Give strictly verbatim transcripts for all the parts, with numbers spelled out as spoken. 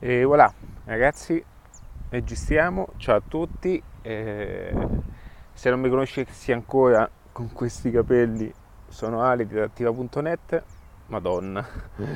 E voilà, ragazzi, registriamo. Ciao a tutti. Eh, se non mi conoscessi ancora con questi capelli, sono Ale di adattiva punto net. Madonna.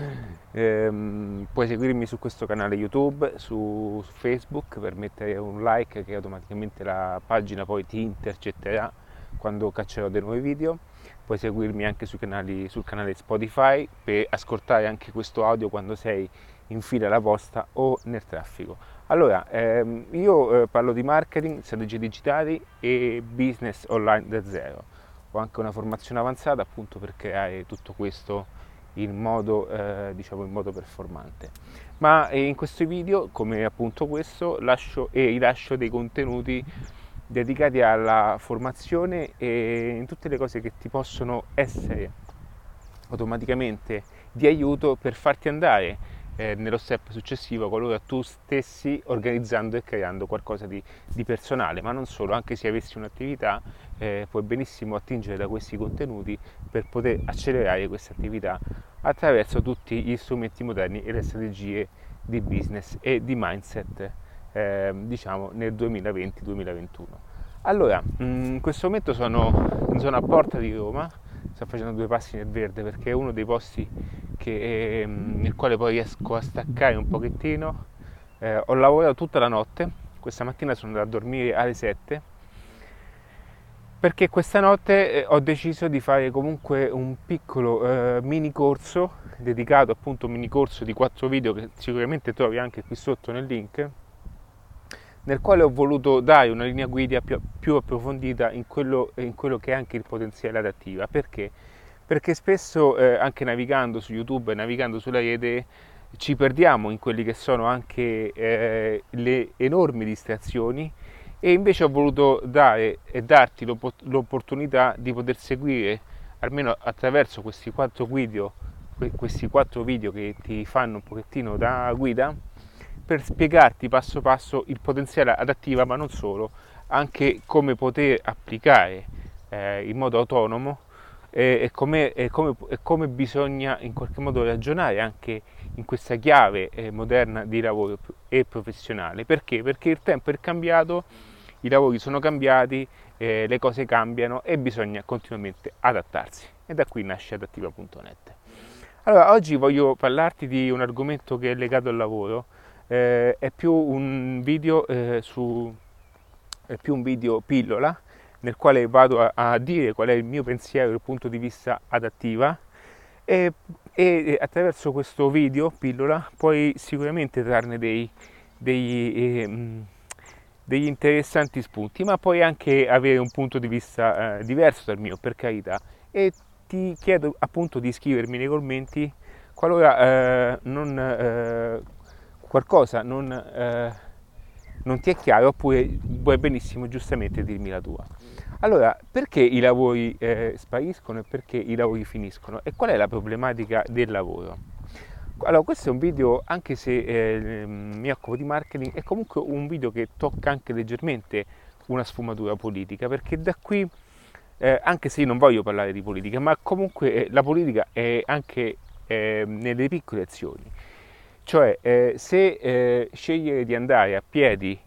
Ehm, puoi seguirmi su questo canale YouTube, su, su Facebook per mettere un like che automaticamente la pagina poi ti intercetterà quando caccerò dei nuovi video. Puoi seguirmi anche sui canali, sul canale Spotify per ascoltare anche questo audio quando sei in fila alla posta o nel traffico. Allora, ehm, io eh, parlo di marketing, strategie digitali e business online da zero. Ho anche una formazione avanzata appunto per creare tutto questo in modo, eh, diciamo, in modo performante. Ma eh, in questi video, come appunto questo, lascio e rilascio dei contenuti dedicati alla formazione e in tutte le cose che ti possono essere automaticamente di aiuto per farti andare eh, nello step successivo qualora tu stessi organizzando e creando qualcosa di, di personale, ma non solo, anche se avessi un'attività eh, puoi benissimo attingere da questi contenuti per poter accelerare questa attività attraverso tutti gli strumenti moderni e le strategie di business e di mindset eh, diciamo nel duemilaventi duemilaventuno. Allora, in questo momento sono in zona Porta di Roma, sto facendo due passi nel verde perché è uno dei posti che, ehm, nel quale poi riesco a staccare un pochettino. Eh, ho lavorato tutta la notte, questa mattina sono andato a dormire alle sette perché questa notte eh, ho deciso di fare comunque un piccolo eh, mini corso dedicato appunto a un mini corso di quattro video che sicuramente trovi anche qui sotto nel link, nel quale ho voluto dare una linea guida più, più approfondita in quello, in quello che è anche il potenziale adattiva. Perché? Perché spesso eh, anche navigando su YouTube e navigando sulla rete ci perdiamo in quelli che sono anche eh, le enormi distrazioni, e invece ho voluto dare e darti l'opportunità di poter seguire almeno attraverso questi quattro video, questi quattro video che ti fanno un pochettino da guida per spiegarti passo passo il potenziale adattiva, ma non solo, anche come poter applicare eh, in modo autonomo eh, e, come, e, come, e come bisogna in qualche modo ragionare anche in questa chiave eh, moderna di lavoro e professionale. Perché? Perché il tempo è cambiato, i lavori sono cambiati, eh, le cose cambiano e bisogna continuamente adattarsi. E da qui nasce adattiva punto net. Allora, oggi voglio parlarti di un argomento che è legato al lavoro. Eh, è più un video eh, su è più un video pillola nel quale vado a, a dire qual è il mio pensiero dal punto di vista adattiva, e, e attraverso questo video pillola puoi sicuramente trarne dei, dei, eh, degli interessanti spunti, ma puoi anche avere un punto di vista eh, diverso dal mio, per carità. E ti chiedo appunto di iscrivermi nei commenti qualora eh, non eh, qualcosa non, eh, non ti è chiaro, oppure puoi benissimo giustamente dirmi la tua. Allora, perché i lavori eh, spariscono e perché i lavori finiscono? E qual è la problematica del lavoro? Allora, questo è un video, anche se eh, mi occupo di marketing, è comunque un video che tocca anche leggermente una sfumatura politica, perché da qui, eh, anche se io non voglio parlare di politica, ma comunque eh, la politica è anche eh, nelle piccole azioni. Cioè, eh, se eh, scegliere di andare a piedi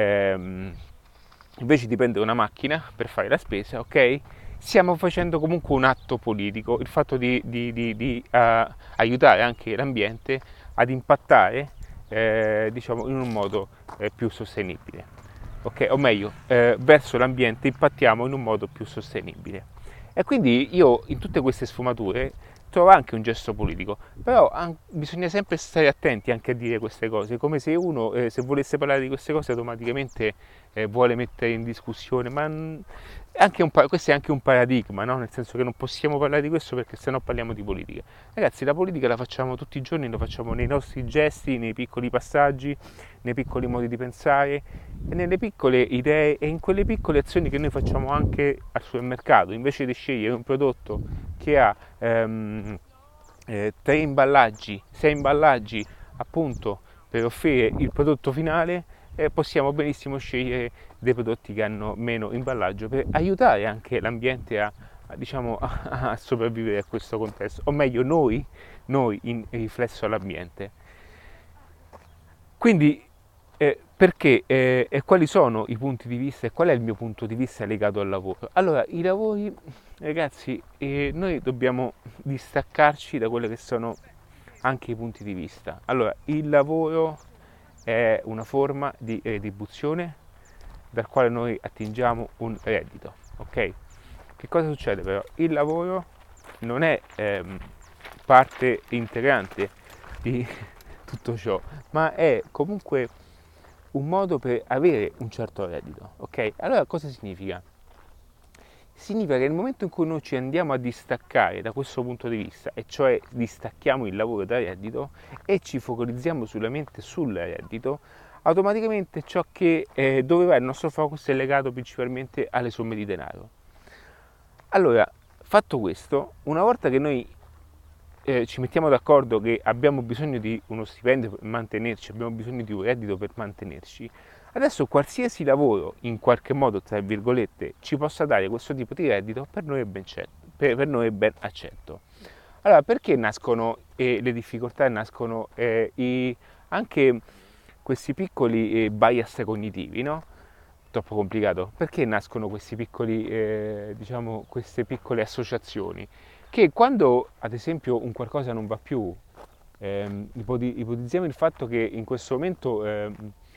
ehm, invece di prendere una macchina per fare la spesa, ok? Stiamo facendo comunque un atto politico, il fatto di, di, di, di uh, aiutare anche l'ambiente ad impattare eh, diciamo in un modo eh, più sostenibile, ok? O meglio, eh, verso l'ambiente impattiamo in un modo più sostenibile. E quindi io in tutte queste sfumature trovo anche un gesto politico, però an- bisogna sempre stare attenti anche a dire queste cose, come se uno eh, se volesse parlare di queste cose automaticamente eh, vuole mettere in discussione, ma n- anche un pa- questo è anche un paradigma, no? Nel senso che non possiamo parlare di questo perché sennò parliamo di politica. Ragazzi, la politica la facciamo tutti i giorni, lo facciamo nei nostri gesti, nei piccoli passaggi, nei piccoli modi di pensare e nelle piccole idee e in quelle piccole azioni che noi facciamo anche al supermercato. Invece di scegliere un prodotto che ha ehm, eh, tre imballaggi, sei imballaggi appunto per offrire il prodotto finale, eh, possiamo benissimo scegliere dei prodotti che hanno meno imballaggio per aiutare anche l'ambiente a, a, diciamo, a, a sopravvivere a questo contesto, o meglio noi, noi in riflesso all'ambiente. Quindi eh, perché eh, e quali sono i punti di vista e qual è il mio punto di vista legato al lavoro? Allora, i lavori, ragazzi, eh, noi dobbiamo distaccarci da quelli che sono anche i punti di vista. Allora, il lavoro è una forma di retribuzione dal quale noi attingiamo un reddito, ok? Che cosa succede però? Il lavoro non è ehm, parte integrante di tutto ciò, ma è comunque un modo per avere un certo reddito, ok? Allora cosa significa? Significa che nel momento in cui noi ci andiamo a distaccare da questo punto di vista, e cioè distacchiamo il lavoro dal reddito e ci focalizziamo solamente sul reddito, automaticamente ciò che eh, dove va il nostro focus è legato principalmente alle somme di denaro. Allora, fatto questo, una volta che noi eh, ci mettiamo d'accordo che abbiamo bisogno di uno stipendio per mantenerci, abbiamo bisogno di un reddito per mantenerci, adesso qualsiasi lavoro, in qualche modo, tra virgolette, ci possa dare questo tipo di reddito, per noi è ben, certo, per, per noi è ben accetto. Allora, perché nascono eh, le difficoltà, nascono eh, i, anche questi piccoli eh, bias cognitivi, no? Troppo complicato. Perché nascono questi piccoli, eh, diciamo, queste piccole associazioni? Che quando, ad esempio, un qualcosa non va più, ehm, ipotizziamo il fatto che in questo momento ehm,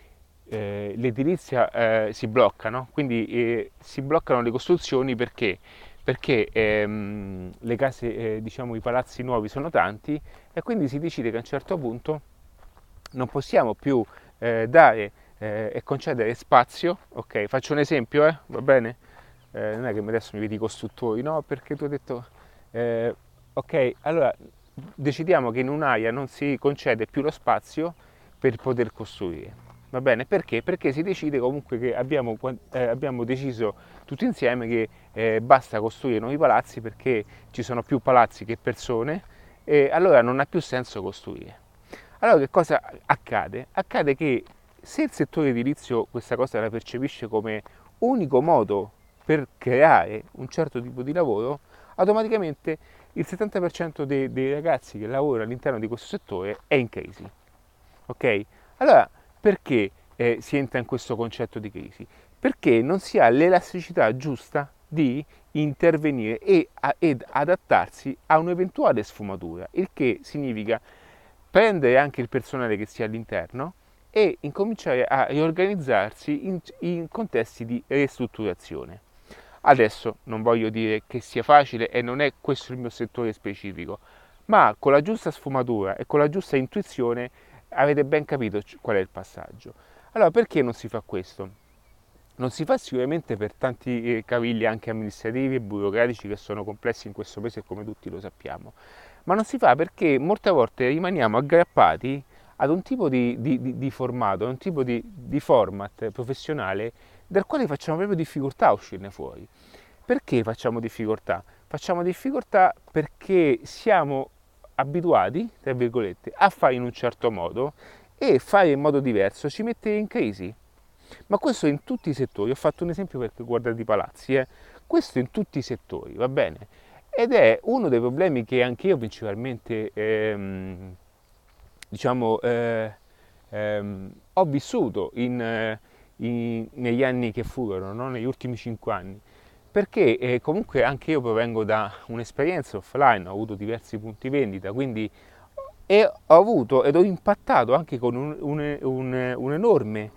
eh, l'edilizia eh, si blocca, no? Quindi eh, si bloccano le costruzioni perché? Perché ehm, le case, eh, diciamo, i palazzi nuovi sono tanti e quindi si decide che a un certo punto non possiamo più eh, dare eh, e concedere spazio, ok? Faccio un esempio, eh? Va bene? Eh, non è che adesso mi vedi i costruttori, no? Perché tu hai detto, eh, ok, allora decidiamo che in un'area non si concede più lo spazio per poter costruire. Va bene? Perché? Perché si decide comunque che abbiamo, eh, abbiamo deciso tutti insieme che eh, basta costruire nuovi palazzi perché ci sono più palazzi che persone e allora non ha più senso costruire. Allora che cosa accade? Accade che se il settore edilizio questa cosa la percepisce come unico modo per creare un certo tipo di lavoro, automaticamente il settanta per cento dei, dei ragazzi che lavorano all'interno di questo settore è in crisi. Ok? Allora, perché eh, si entra in questo concetto di crisi? Perché non si ha l'elasticità giusta di intervenire e a, ed adattarsi a un'eventuale sfumatura, il che significa prendere anche il personale che sia all'interno e incominciare a riorganizzarsi in, in contesti di ristrutturazione. Adesso non voglio dire che sia facile e non è questo il mio settore specifico, ma con la giusta sfumatura e con la giusta intuizione avete ben capito qual è il passaggio. Allora, perché non si fa questo? Non si fa sicuramente per tanti cavilli anche amministrativi e burocratici che sono complessi in questo paese come tutti lo sappiamo, ma non si fa perché molte volte rimaniamo aggrappati ad un tipo di, di, di, di formato, ad un tipo di, di format professionale dal quale facciamo proprio difficoltà a uscirne fuori. Perché facciamo difficoltà? Facciamo difficoltà perché siamo abituati, tra virgolette, a fare in un certo modo e fare in modo diverso ci mette in crisi. Ma questo in tutti i settori, ho fatto un esempio per riguardare i palazzi, eh. Questo in tutti i settori, va bene? Ed è uno dei problemi che anche io principalmente, ehm, diciamo, eh, ehm, ho vissuto in, eh, in, negli anni che furono, no? Negli ultimi cinque anni. Perché eh, comunque anche io provengo da un'esperienza offline, ho avuto diversi punti vendita, quindi e ho avuto ed ho impattato anche con un, un, un, un enorme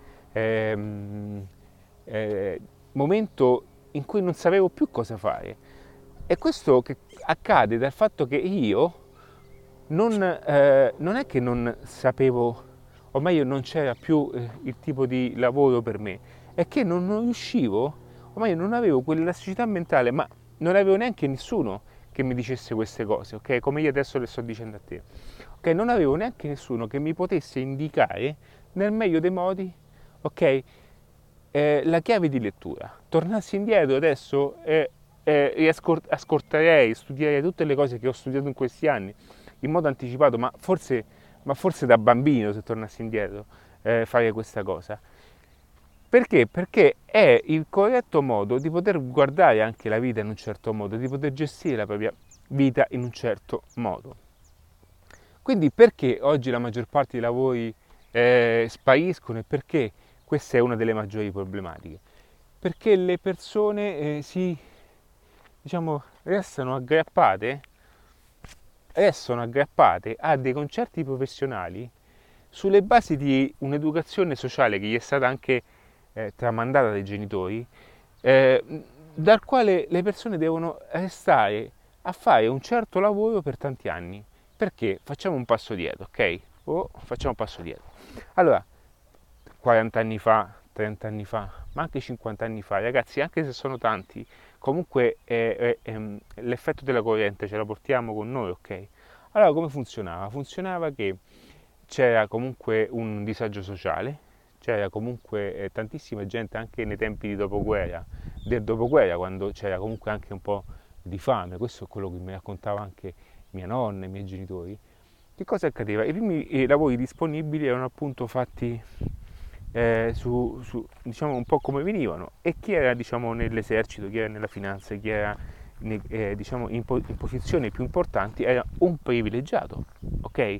ehm, eh, momento in cui non sapevo più cosa fare. E questo che accade dal fatto che io non, eh, non è che non sapevo, o meglio non c'era più eh, il tipo di lavoro per me, è che non, non riuscivo, o meglio non avevo quell'elasticità mentale, ma non avevo neanche nessuno che mi dicesse queste cose, ok? Come io adesso le sto dicendo a te. Ok? Non avevo neanche nessuno che mi potesse indicare nel meglio dei modi, ok? Eh, la chiave di lettura. Tornassi indietro adesso eh, eh, riascolterei, studierei tutte le cose che ho studiato in questi anni in modo anticipato, ma forse, ma forse da bambino, se tornassi indietro, eh, fare questa cosa. Perché? Perché è il corretto modo di poter guardare anche la vita in un certo modo, di poter gestire la propria vita in un certo modo. Quindi perché oggi la maggior parte dei lavori eh, spariscono e perché questa è una delle maggiori problematiche. Perché le persone eh, si, diciamo, restano aggrappate, restano aggrappate a dei concetti professionali sulle basi di un'educazione sociale che gli è stata anche eh, tramandata dai genitori, eh, dal quale le persone devono restare a fare un certo lavoro per tanti anni. Perché? Facciamo un passo dietro, ok? O facciamo un passo dietro. Allora, quaranta anni fa, trenta anni fa, ma anche cinquanta anni fa, ragazzi, anche se sono tanti, comunque eh, eh, ehm, l'effetto della corrente ce la portiamo con noi, ok? Allora, come funzionava? Funzionava che c'era comunque un disagio sociale, c'era comunque eh, tantissima gente anche nei tempi di dopoguerra, del dopoguerra, quando c'era comunque anche un po' di fame, questo è quello che mi raccontava anche mia nonna e i miei genitori. Che cosa accadeva? I primi eh, lavori disponibili erano appunto fatti eh, su, su, diciamo un po' come venivano, e chi era diciamo nell'esercito, chi era nella finanza, chi era ne, eh, diciamo in, po- in posizioni più importanti era un privilegiato, ok?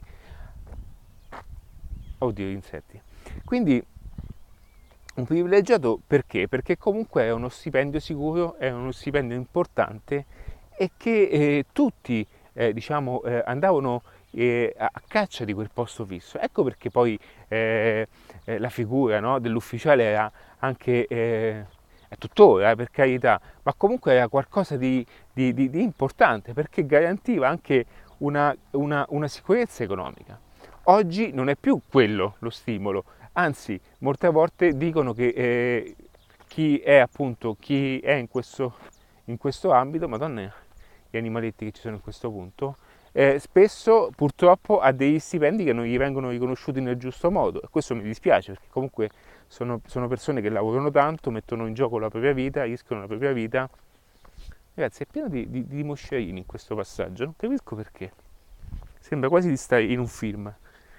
Oddio, gli insetti. Quindi un privilegiato perché? Perché comunque è uno stipendio sicuro, è uno stipendio importante e che eh, tutti eh, diciamo, eh, andavano eh, a caccia di quel posto fisso. Ecco perché poi eh, eh, la figura, no, dell'ufficiale era anche, eh, è tuttora eh, per carità, ma comunque era qualcosa di, di, di, di importante perché garantiva anche una, una, una sicurezza economica. Oggi non è più quello lo stimolo, anzi molte volte dicono che eh, chi è appunto chi è in questo, in questo ambito, madonna, gli animaletti che ci sono in questo punto, eh, spesso purtroppo ha degli stipendi che non gli vengono riconosciuti nel giusto modo, e questo mi dispiace perché comunque sono, sono persone che lavorano tanto, mettono in gioco la propria vita, rischiano la propria vita. Ragazzi, è pieno di, di, di moscerini in questo passaggio, non capisco perché, sembra quasi di stare in un film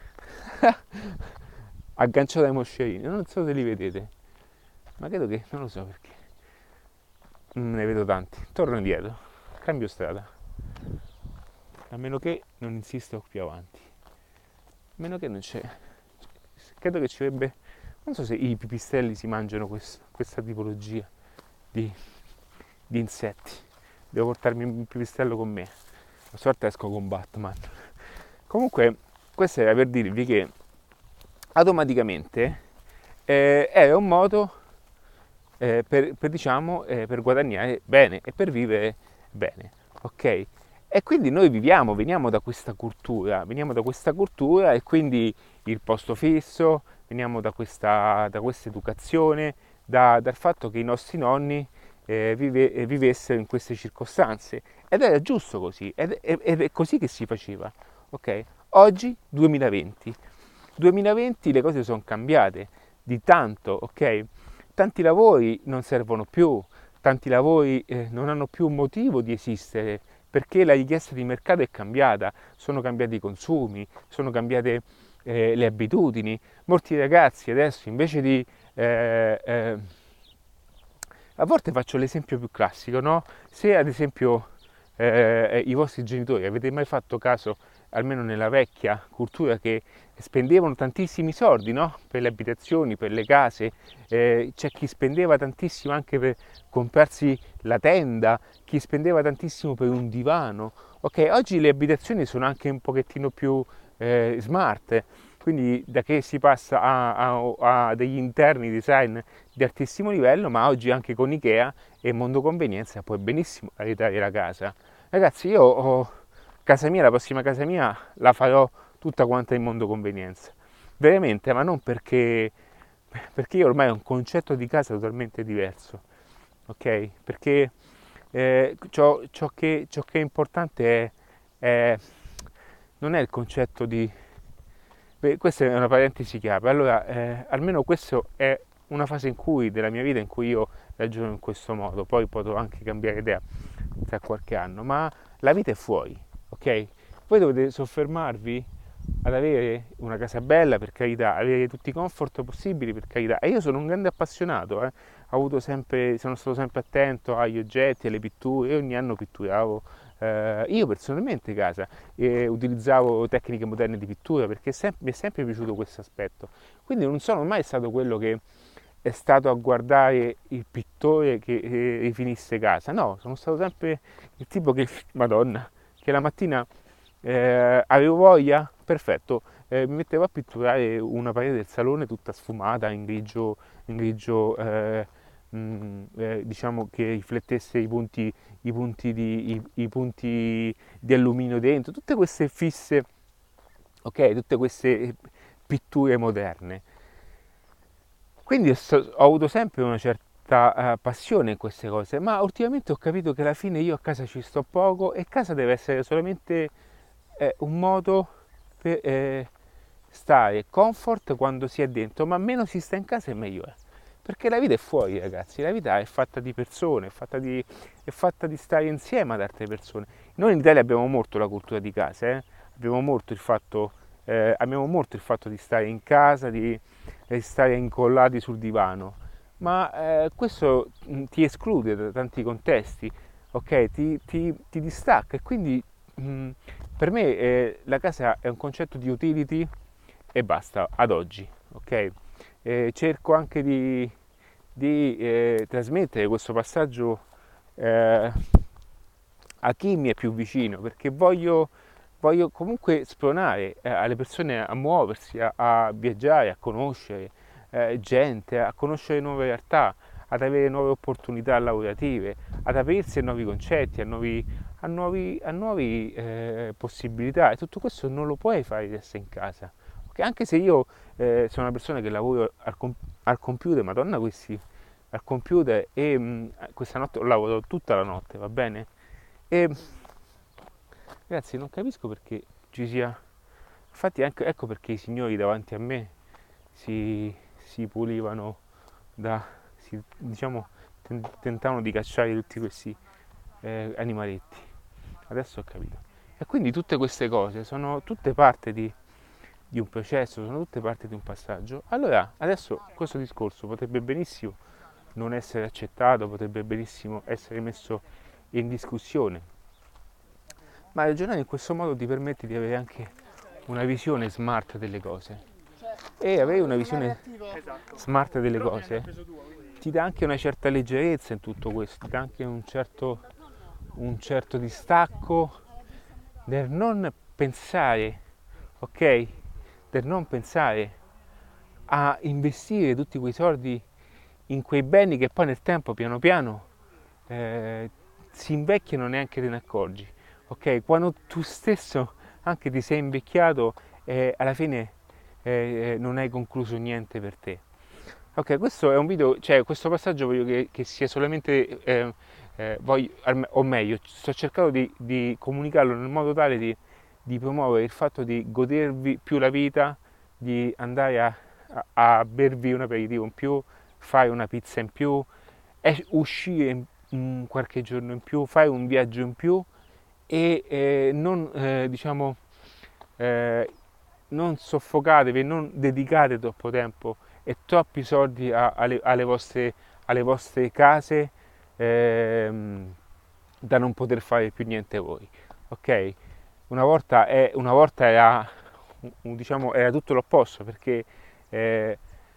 agganciato ai moscerini, non so se li vedete, ma credo che, non lo so perché, ne vedo tanti. Torno indietro, cambio strada, a meno che non insisto più avanti, a meno che non c'è, credo che ci sarebbe, non so se i pipistrelli si mangiano questo, questa tipologia di, di insetti. Devo portarmi un pipistrello con me, a sorte esco con Batman. Comunque questo era per dirvi che automaticamente eh, era un modo eh, per, per, diciamo, eh, per guadagnare bene e per vivere bene, ok? E quindi noi viviamo, veniamo da questa cultura, veniamo da questa cultura e quindi il posto fisso, veniamo da questa, da questa educazione, da, dal fatto che i nostri nonni eh, vive, eh, vivessero in queste circostanze, ed era giusto così, ed, ed è così che si faceva, ok? Oggi duemilaventi, duemilaventi le cose sono cambiate di tanto, ok? Tanti lavori non servono più, tanti lavori eh, non hanno più un motivo di esistere perché la richiesta di mercato è cambiata, sono cambiati i consumi, sono cambiate eh, le abitudini. Molti ragazzi adesso invece di... Eh, eh, a volte faccio l'esempio più classico, no? Se ad esempio eh, i vostri genitori avete mai fatto caso, almeno nella vecchia cultura, che spendevano tantissimi soldi, no? Per le abitazioni, per le case, eh, c'è chi spendeva tantissimo anche per comprarsi la tenda, chi spendeva tantissimo per un divano. Ok, oggi le abitazioni sono anche un pochettino più eh, smart, quindi da che si passa a, a, a degli interni design di altissimo livello, ma oggi anche con Ikea e Mondo Convenienza puoi benissimo arredare la casa. Ragazzi, io ho casa mia, la prossima casa mia la farò tutta quanta in Mondo Convenienza, veramente, ma non perché, perché io ormai ho un concetto di casa totalmente diverso, ok? Perché eh, ciò, ciò, che, ciò che è importante è, è, non è il concetto di... Beh, questa è una parentesi chiave, allora eh, almeno questa è una fase in cui, della mia vita in cui io ragiono in questo modo, poi potrò anche cambiare idea tra qualche anno, ma la vita è fuori, ok? Voi dovete soffermarvi ad avere una casa bella, per carità, avere tutti i comfort possibili, per carità. E io sono un grande appassionato, eh. Ho avuto sempre, sono stato sempre attento agli oggetti, alle pitture, e ogni anno pitturavo eh, io personalmente casa eh, utilizzavo tecniche moderne di pittura perché sem- mi è sempre piaciuto questo aspetto. Quindi non sono mai stato quello che è stato a guardare il pittore che eh, rifinisse casa. No, sono stato sempre il tipo che, Madonna, che la mattina eh, avevo voglia, perfetto, eh, mi mettevo a pitturare una parete del salone tutta sfumata in grigio, in grigio eh, mh, eh, diciamo che riflettesse i punti, i punti di, i, i punti di alluminio dentro, tutte queste fisse, ok, tutte queste pitture moderne. Quindi so- ho avuto sempre una certa eh, passione in queste cose, ma ultimamente ho capito che alla fine io a casa ci sto poco e casa deve essere solamente eh, un modo per eh, stare comfort quando si è dentro, ma meno si sta in casa e meglio è. Perché la vita è fuori, ragazzi, la vita è fatta di persone, è fatta di, è fatta di stare insieme ad altre persone. Noi in Italia abbiamo molto la cultura di casa, eh? abbiamo, molto il fatto, eh, abbiamo molto il fatto di stare in casa, di, di stare incollati sul divano, ma eh, questo mh, ti esclude da tanti contesti, ok? Ti, ti, ti distacca e quindi mh, per me eh, la casa è un concetto di utility e basta, ad oggi, ok? Eh, cerco anche di, di eh, trasmettere questo passaggio eh, a chi mi è più vicino, perché voglio, voglio comunque spronare eh, alle persone a muoversi, a, a viaggiare, a conoscere eh, gente, a conoscere nuove realtà, ad avere nuove opportunità lavorative, ad aprirsi a nuovi concetti, a nuovi, a nuovi, a nuovi eh, possibilità e tutto questo non lo puoi fare adesso in casa. Okay? Anche se io eh, sono una persona che lavoro al, com- al computer, madonna questi, al computer e mh, questa notte ho lavorato tutta la notte, va bene? E ragazzi, non capisco perché ci sia. Infatti, ecco, ecco perché i signori davanti a me si, si pulivano da. Si, diciamo, ten- tentavano di cacciare tutti questi eh, animaletti. Adesso ho capito. E quindi tutte queste cose sono tutte parte di, di un processo, sono tutte parte di un passaggio. Allora, adesso questo discorso potrebbe benissimo non essere accettato, potrebbe benissimo essere messo in discussione, ma ragionare in questo modo ti permette di avere anche una visione smart delle cose. E avere una visione smart delle cose ti dà anche una certa leggerezza in tutto questo, ti dà anche un certo, un certo distacco nel non pensare, ok? Del non pensare a investire tutti quei soldi in quei beni che poi nel tempo piano piano eh, si invecchiano e neanche te ne accorgi. Ok, quando tu stesso anche ti sei invecchiato e alla fine eh, non hai concluso niente per te. Ok, questo è un video, cioè questo passaggio voglio che, che sia solamente, eh, eh, voglio, o meglio, sto cercando di, di comunicarlo nel modo tale di, di promuovere il fatto di godervi più la vita, di andare a, a, a bervi un aperitivo in più, fare una pizza in più, uscire in, qualche giorno in più, fare un viaggio in più e eh, non, eh, diciamo, eh, non soffocatevi, non dedicate troppo tempo e troppi soldi a, alle, alle, vostre, alle vostre case ehm, da non poter fare più niente voi. Ok? Una volta, è, una volta era, diciamo, era tutto l'opposto perché eh,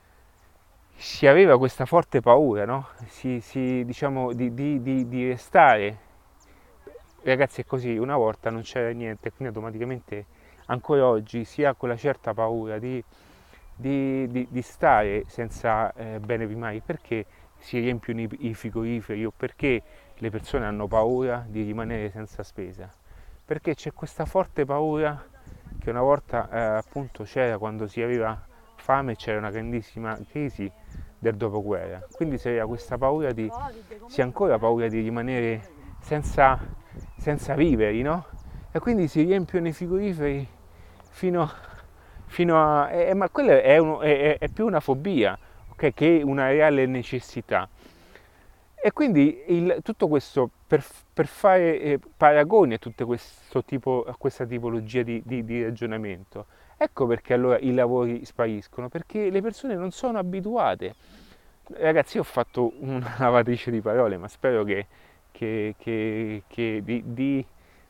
si aveva questa forte paura, no? Si, si, diciamo, di, di, di, di restare. Ragazzi, è così, una volta non c'era niente, quindi automaticamente ancora oggi si ha quella certa paura di, di, di, di stare senza eh, bene primari perché si riempiono i, i frigoriferi o perché le persone hanno paura di rimanere senza spesa. Perché c'è questa forte paura che una volta eh, appunto c'era quando si aveva fame e c'era una grandissima crisi del dopoguerra. Quindi si aveva questa paura di, si ha ancora paura di rimanere senza, senza viveri, no? E quindi si riempiono i frigoriferi fino, fino a. Eh, ma quella è, uno, è, è, più una fobia, okay, che una reale necessità. E quindi il, tutto questo per, per fare eh, paragoni a, questo tipo, a questa tipologia di, di, di ragionamento. Ecco perché allora i lavori spariscono, perché le persone non sono abituate. Ragazzi, io ho fatto una lavatrice di parole, ma spero che, che, che, che di, di,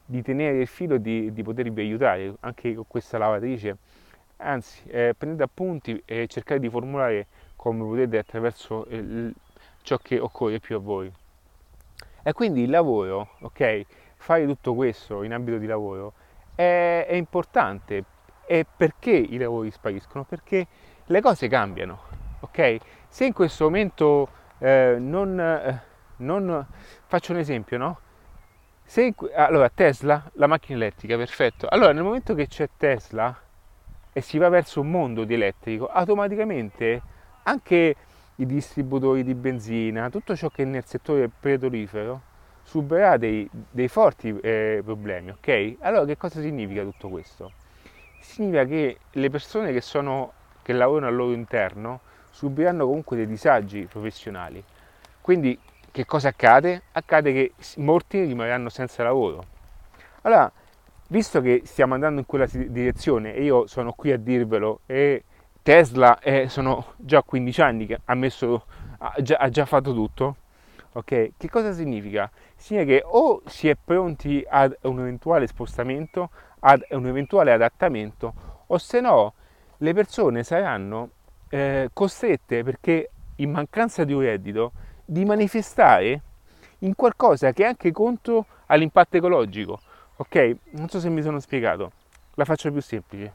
di tenere il filo, di, di potervi aiutare anche con questa lavatrice. Anzi, eh, prendete appunti e cercate di formulare come potete attraverso il, ciò che occorre più a voi. E quindi il lavoro, ok, fare tutto questo in ambito di lavoro è, è importante. E perché i lavori spariscono? Perché le cose cambiano, ok? Se in questo momento eh, non, eh, non faccio un esempio, no? Se, allora, Tesla, la macchina elettrica, perfetto. Allora, nel momento che c'è Tesla e si va verso un mondo di elettrico, automaticamente anche i distributori di benzina, tutto ciò che è nel settore petrolifero, subirà dei, dei forti eh, problemi, ok? Allora, che cosa significa tutto questo? Significa che le persone che, sono, che lavorano al loro interno subiranno comunque dei disagi professionali. Quindi, che cosa accade? Accade che molti rimarranno senza lavoro. Allora, visto che stiamo andando in quella direzione e io sono qui a dirvelo e Tesla eh, sono già quindici anni che ha, messo, ha, già, ha già fatto tutto, ok? Che cosa significa? Significa che o si è pronti ad un eventuale spostamento, ad un eventuale adattamento, o se no le persone saranno eh, costrette, perché in mancanza di un reddito, di manifestare in qualcosa che è anche contro all'impatto ecologico. Ok? Non so se mi sono spiegato, la faccio più semplice.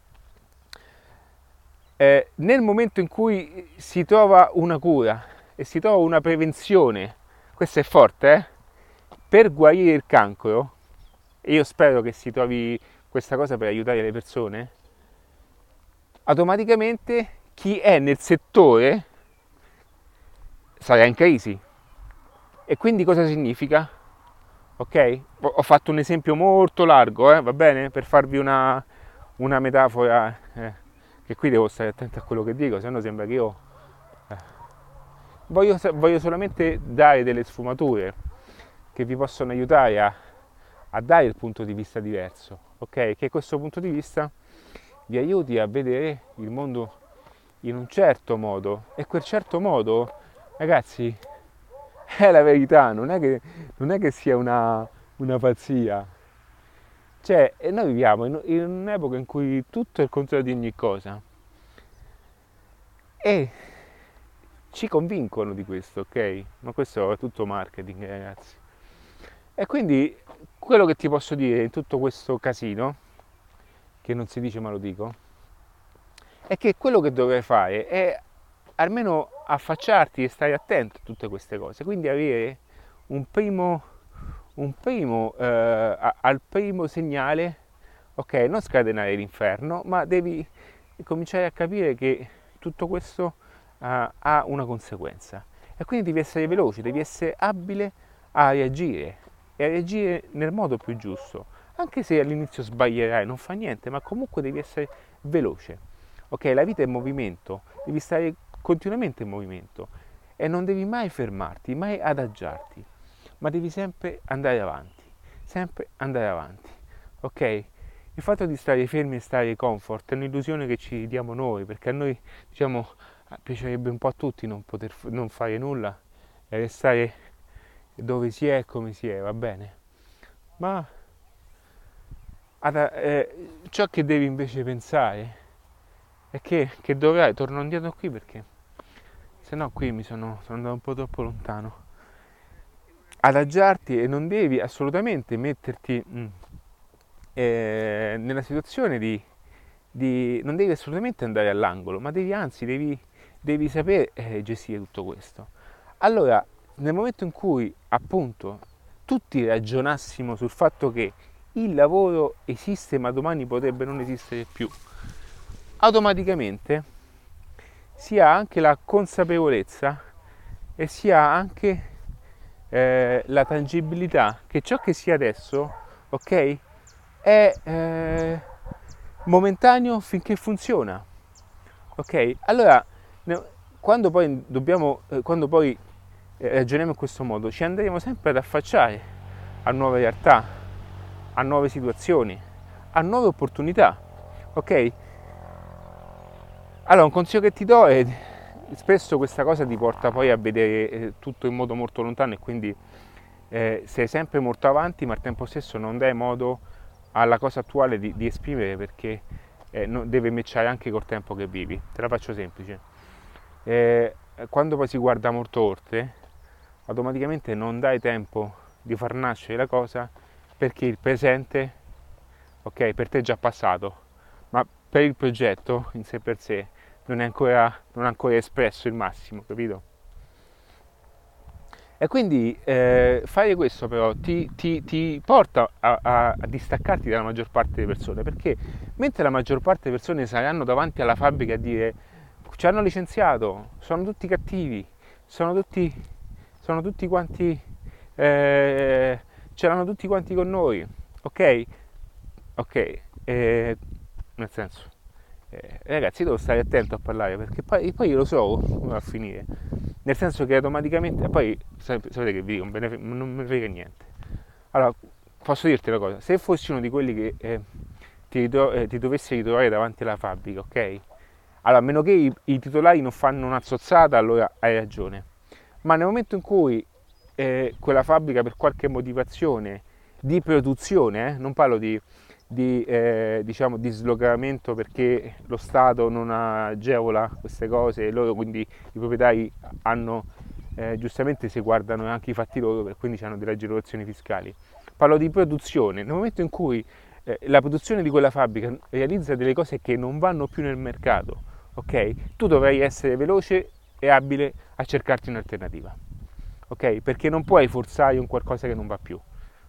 Eh, nel momento in cui si trova una cura e si trova una prevenzione, questo è forte, eh? Per guarire il cancro, e io spero che si trovi questa cosa per aiutare le persone, automaticamente chi è nel settore sarà in crisi. E quindi cosa significa? Ok? Ho fatto un esempio molto largo, eh? Va bene? Per farvi una, una metafora, eh, che qui devo stare attento a quello che dico, se no sembra che io... Eh. Voglio, voglio solamente dare delle sfumature che vi possono aiutare a, a dare il punto di vista diverso, ok? Che questo punto di vista vi aiuti a vedere il mondo in un certo modo, e quel certo modo, ragazzi, è la verità, non è che, non è che sia una, una pazzia. Cioè, noi viviamo in, in un'epoca in cui tutto è il contrario di ogni cosa e ci convincono di questo, ok? Ma questo è tutto marketing, ragazzi. E quindi quello che ti posso dire in tutto questo casino, che non si dice ma lo dico, è che quello che dovrei fare è almeno affacciarti e stare attento a tutte queste cose, quindi avere un primo, un primo eh, al primo segnale, ok, non scatenare l'inferno, ma devi cominciare a capire che tutto questo uh, ha una conseguenza, e quindi devi essere veloce, devi essere abile a reagire e a reagire nel modo più giusto, anche se all'inizio sbaglierai, non fa niente, ma comunque devi essere veloce. Ok, la vita è movimento, devi stare continuamente in movimento e non devi mai fermarti, mai adagiarti, ma devi sempre andare avanti, sempre andare avanti, ok? Il fatto di stare fermi e stare comfort è un'illusione che ci diamo noi, perché a noi, diciamo, piacerebbe un po' a tutti non poter non fare nulla e restare dove si è e come si è, va bene? Ma ad, eh, ciò che devi invece pensare è che, che dovrai, torno indietro qui perché se no qui mi sono, sono andato un po' troppo lontano, adagiarti, e non devi assolutamente metterti mh, eh, nella situazione di, di, non devi assolutamente andare all'angolo, ma devi anzi devi, devi sapere eh, gestire tutto questo. Allora, nel momento in cui appunto tutti ragionassimo sul fatto che il lavoro esiste ma domani potrebbe non esistere più, automaticamente si ha anche la consapevolezza e si ha anche eh, la tangibilità che ciò che sia adesso, ok, è eh, momentaneo finché funziona, ok? Allora, quando poi dobbiamo, eh, quando poi eh, ragioniamo in questo modo, ci andremo sempre ad affacciare a nuove realtà, a nuove situazioni, a nuove opportunità, ok? Allora, un consiglio che ti do è, spesso questa cosa ti porta poi a vedere tutto in modo molto lontano e quindi eh, sei sempre molto avanti, ma al tempo stesso non dai modo alla cosa attuale di, di esprimere, perché eh, non, deve matchare anche col tempo che vivi. Te la faccio semplice. Eh, quando poi si guarda molto oltre, automaticamente non dai tempo di far nascere la cosa, perché il presente, ok, per te è già passato, ma per il progetto in sé per sé non è ancora, non è ancora espresso il massimo, capito? E quindi eh, fare questo però ti, ti, ti porta a, a, a distaccarti dalla maggior parte delle persone, perché mentre la maggior parte delle persone saranno davanti alla fabbrica a dire ci hanno licenziato, sono tutti cattivi, sono tutti, sono tutti quanti, eh, ce l'hanno tutti quanti con noi, ok? Ok, eh, nel senso, eh, ragazzi, devo stare attento a parlare, perché poi, poi io lo so come va a finire, nel senso che automaticamente, poi sapete che vi dico, non me ne frega niente. Allora, posso dirti una cosa, se fossi uno di quelli che eh, ti, ritro- eh, ti dovessi ritrovare davanti alla fabbrica, ok? Allora, a meno che i, i titolari non fanno una zozzata, allora hai ragione. Ma nel momento in cui eh, quella fabbrica, per qualche motivazione di produzione, eh, non parlo di, di eh, diciamo, dislocamento perché lo Stato non agevola queste cose e loro, quindi i proprietari hanno, eh, giustamente si guardano anche i fatti loro, e quindi hanno delle agevolazioni fiscali. Parlo di produzione. Nel momento in cui eh, la produzione di quella fabbrica realizza delle cose che non vanno più nel mercato, ok? Tu dovrai essere veloce e abile a cercarti un'alternativa, ok? Perché non puoi forzare un qualcosa che non va più.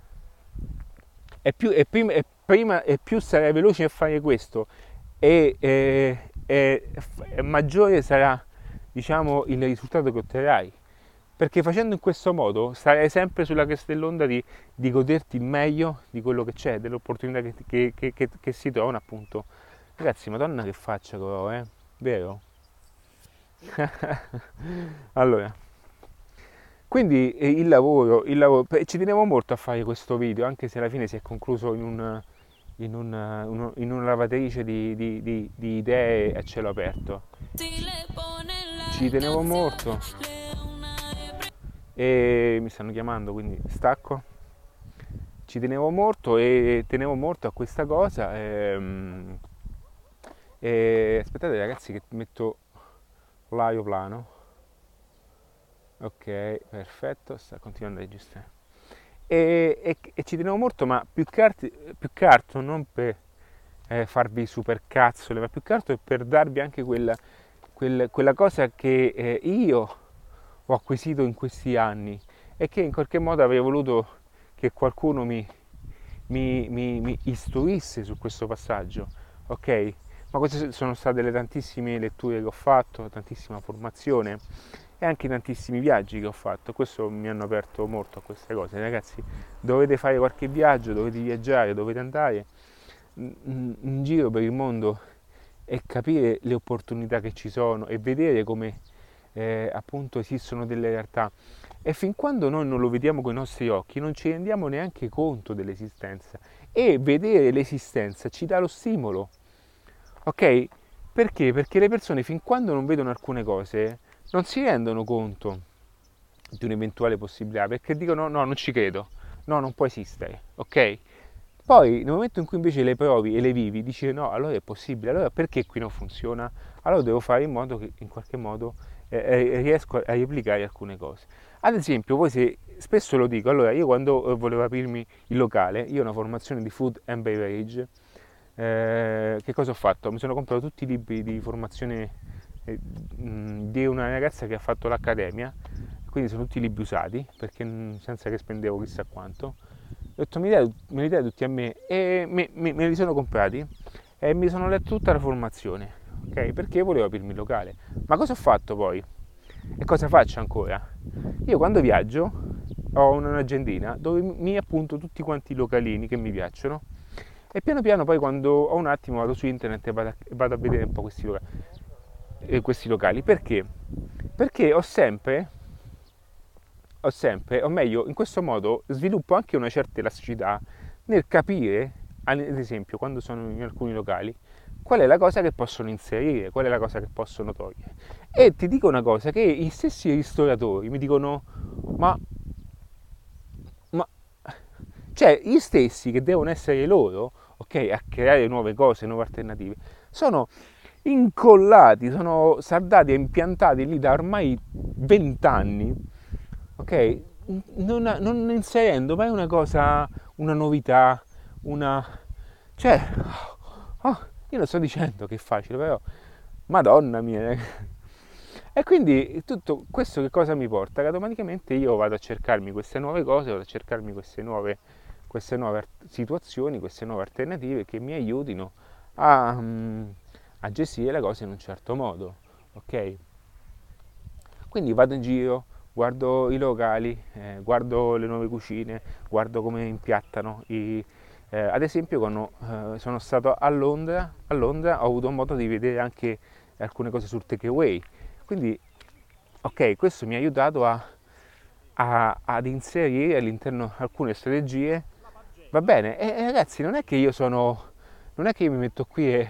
E più, e prima, e prima e più sarai veloce a fare questo, e, e, e, e maggiore sarà, diciamo, il risultato che otterrai. Perché facendo in questo modo sarai sempre sulla cresta dell'onda di, di goderti il meglio di quello che c'è, delle opportunità che, che, che, che, che si trovano, appunto. Ragazzi, madonna che faccia però, eh? Vero? Allora, quindi eh, il lavoro, il lavoro, ci tenevo molto a fare questo video, anche se alla fine si è concluso in, un, in, un, uno- in una lavatrice di, di- di- di idee a cielo aperto. Ci tenevo molto e mi stanno chiamando, quindi stacco. Ci tenevo molto e tenevo molto a questa cosa. ehm, E, aspettate ragazzi che metto l'aeroplano. Ok, perfetto, sta continuando a registrare. E, e- e ci tenevo molto, ma più che, altro, più che altro non per eh, farvi super cazzole, ma più che altro per darvi anche quella, quel- quella cosa che eh, io ho acquisito in questi anni e che in qualche modo avrei voluto che qualcuno mi, mi, mi, mi istruisse su questo passaggio, ok? Ma queste sono state le tantissime letture che ho fatto, tantissima formazione e anche tantissimi viaggi che ho fatto. Questo mi hanno aperto molto a queste cose. Ragazzi, dovete fare qualche viaggio, dovete viaggiare, dovete andare in giro per il mondo e capire le opportunità che ci sono e vedere come eh, appunto esistono delle realtà. E fin quando noi non lo vediamo con i nostri occhi, non ci rendiamo neanche conto dell'esistenza. E vedere l'esistenza ci dà lo stimolo, ok? Perché? Perché le persone fin quando non vedono alcune cose non si rendono conto di un'eventuale possibilità, perché dicono no, non ci credo, no, non può esistere, ok? Poi nel momento in cui invece le provi e le vivi, dici no, allora è possibile, allora perché qui non funziona? Allora devo fare in modo che in qualche modo eh, eh, riesco a replicare alcune cose. Ad esempio, voi se spesso lo dico, allora io quando eh, volevo aprirmi il locale, io ho una formazione di food and beverage, eh, che cosa ho fatto? Mi sono comprato tutti i libri di formazione eh, mh, di una ragazza che ha fatto l'accademia, quindi sono tutti libri usati, perché mh, senza che spendevo chissà quanto. Ho detto me li, me li dai tutti a me e me, me, me li sono comprati e mi sono letto tutta la formazione, ok? Perché volevo aprirmi il locale. Ma cosa ho fatto poi? E cosa faccio ancora? Io quando viaggio ho un'agendina dove mi appunto tutti quanti i localini che mi piacciono e piano piano poi quando ho un attimo vado su internet e vado a, vado a vedere un po' questi locali. Eh, questi locali. Perché? Perché ho sempre, ho sempre, o meglio, in questo modo sviluppo anche una certa elasticità nel capire, ad esempio, quando sono in alcuni locali, qual è la cosa che possono inserire, qual è la cosa che possono togliere. E ti dico una cosa, che gli stessi ristoratori mi dicono, ma Cioè, gli stessi che devono essere loro, ok, a creare nuove cose, nuove alternative, sono incollati, sono saldati e impiantati lì da ormai vent'anni, ok? Non, non inserendo mai una cosa, una novità, una... Cioè, oh, io lo sto dicendo che è facile, però, madonna mia. E quindi tutto questo che cosa mi porta? Che automaticamente io vado a cercarmi queste nuove cose, vado a cercarmi queste nuove, queste nuove situazioni, queste nuove alternative che mi aiutino a, a gestire le cose in un certo modo, ok? Quindi vado in giro, guardo i locali, eh, guardo le nuove cucine, guardo come impiattano i... Eh, ad esempio quando eh, sono stato a Londra, a Londra ho avuto modo di vedere anche alcune cose sul takeaway, quindi ok, questo mi ha aiutato a, a, ad inserire all'interno alcune strategie, va bene, e, e ragazzi non è che io sono, non è che io mi metto qui e,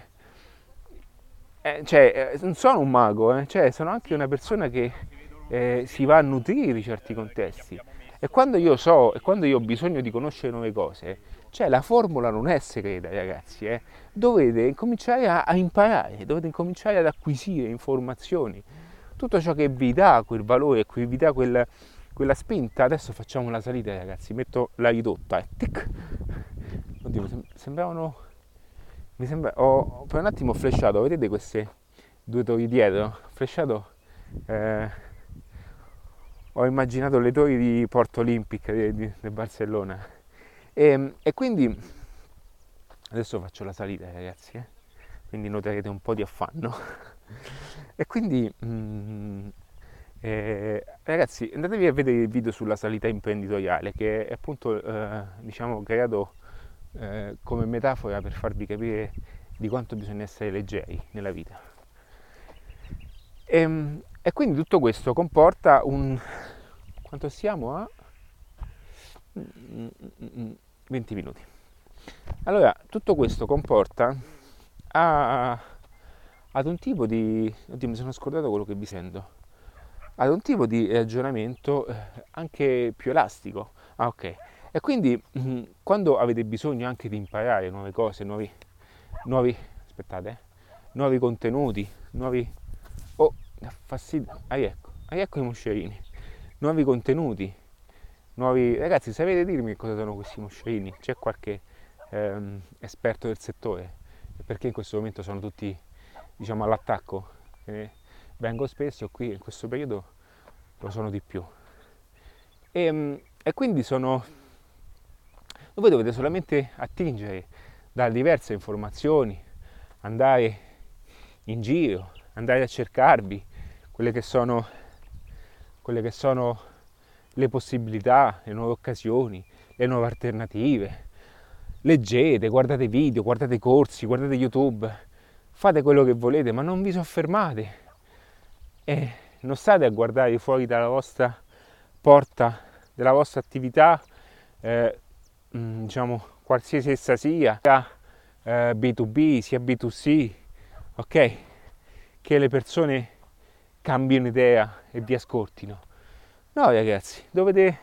eh, cioè eh, non sono un mago, eh, cioè sono anche una persona che eh, si va a nutrire di certi contesti, e quando io so, e quando io ho bisogno di conoscere nuove cose, cioè la formula non è segreta, ragazzi, eh. Dovete incominciare a, a imparare, dovete incominciare ad acquisire informazioni, tutto ciò che vi dà quel valore, che vi dà quel, quella spinta. Adesso facciamo la salita, ragazzi, metto la ridotta e tic. Oddio, mi sembravano, mi sembra, ho, per un attimo ho flashato, vedete queste due torri dietro? Ho flashato, eh, ho immaginato le torri di Porto Olympic di, di, di Barcellona. E, e quindi adesso faccio la salita, ragazzi, eh? Quindi noterete un po' di affanno. E quindi mm, eh, ragazzi, andatevi a vedere il video sulla salita imprenditoriale, che è appunto eh, diciamo creato eh, come metafora per farvi capire di quanto bisogna essere leggeri nella vita. E, e quindi tutto questo comporta un... quanto siamo a? venti minuti. Allora, tutto questo comporta a, ad un tipo di... Oddio, mi sono scordato quello che vi sento. Ad un tipo di ragionamento anche più elastico. Ah, ok. E quindi mh, quando avete bisogno anche di imparare nuove cose, nuovi... nuovi aspettate, eh, nuovi contenuti, nuovi... Oh, fastidio. Ah, ecco. Ah, ecco i moscerini. Nuovi contenuti. Nuovi... Ragazzi, sapete dirmi che cosa sono questi moscerini? C'è qualche ehm, esperto del settore? Perché in questo momento sono tutti, diciamo, all'attacco? Eh, vengo spesso qui, in questo periodo lo sono di più. E, e quindi sono... Voi dovete solamente attingere da diverse informazioni, andare in giro, andare a cercarvi quelle che sono, quelle che sono le possibilità, le nuove occasioni, le nuove alternative. Leggete, guardate video, guardate corsi, guardate YouTube, fate quello che volete, ma non vi soffermate e non state a guardare fuori dalla vostra porta, della vostra attività, eh, diciamo, qualsiasi essa sia, sia eh, B due B, sia B due C, ok? Che le persone cambino idea e vi ascoltino. No, ragazzi, dovete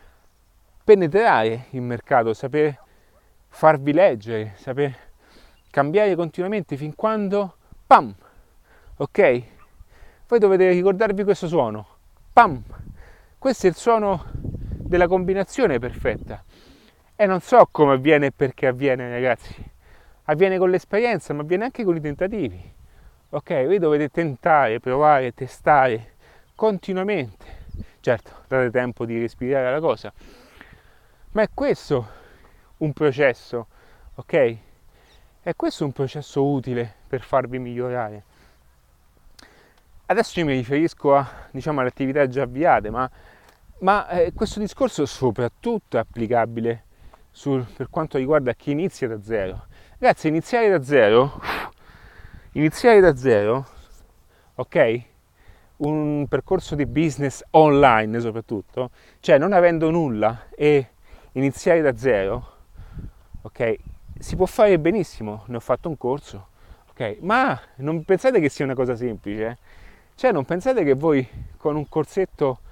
penetrare il mercato, sapere farvi leggere, sapere cambiare continuamente fin quando, pam, ok? Voi dovete ricordarvi questo suono, pam, questo è il suono della combinazione perfetta. E non so come avviene e perché avviene, ragazzi. Avviene con l'esperienza, ma avviene anche con i tentativi. Ok, voi dovete tentare, provare, testare continuamente. Certo, date tempo di respirare la cosa. Ma è questo un processo, ok? È questo un processo utile per farvi migliorare. Adesso io mi riferisco a, diciamo, alle attività già avviate, ma, ma eh, questo discorso soprattutto è applicabile sul, per quanto riguarda chi inizia da zero. Ragazzi, iniziare da zero, iniziare da zero, ok? Un percorso di business online soprattutto, cioè non avendo nulla e iniziare da zero, ok? Si può fare benissimo, ne ho fatto un corso, ok? Ma non pensate che sia una cosa semplice, eh? Cioè non pensate che voi con un corsetto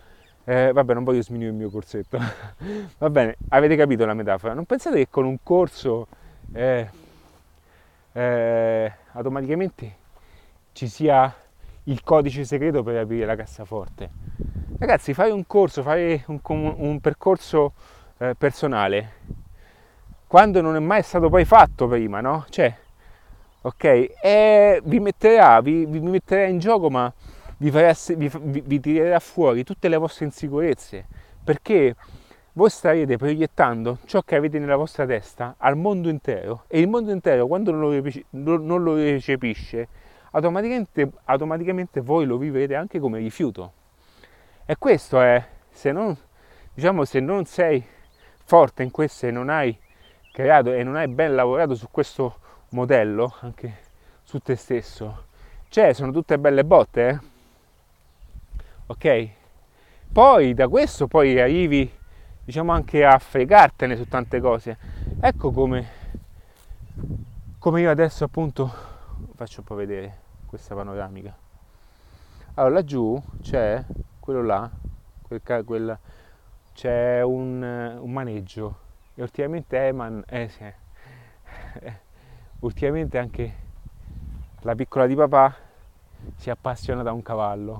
Eh, vabbè, non voglio sminuire il mio corsetto. Va bene, avete capito la metafora. Non pensate che con un corso eh, eh, automaticamente ci sia il codice segreto per aprire la cassaforte. Ragazzi, fare un corso, fare un, un percorso eh, personale, quando non è mai stato poi fatto prima, no? Cioè, ok, e vi metterà, vi, vi metterà in gioco, ma vi, farà, vi, vi tirerà fuori tutte le vostre insicurezze, perché voi starete proiettando ciò che avete nella vostra testa al mondo intero, e il mondo intero, quando non lo, non lo recepisce, automaticamente, automaticamente voi lo vivrete anche come rifiuto. E questo è, se non, diciamo, se non sei forte in questo e non hai creato e non hai ben lavorato su questo modello, anche su te stesso, cioè sono tutte belle botte, eh? Ok? Poi da questo poi arrivi, diciamo, anche a fregartene su tante cose. Ecco come, come io adesso appunto faccio un po' vedere questa panoramica. Allora laggiù c'è quello là, quel, quel, c'è un, un maneggio, e ultimamente Eman, eh, sì, eh, ultimamente anche la piccola di papà si appassiona da un cavallo.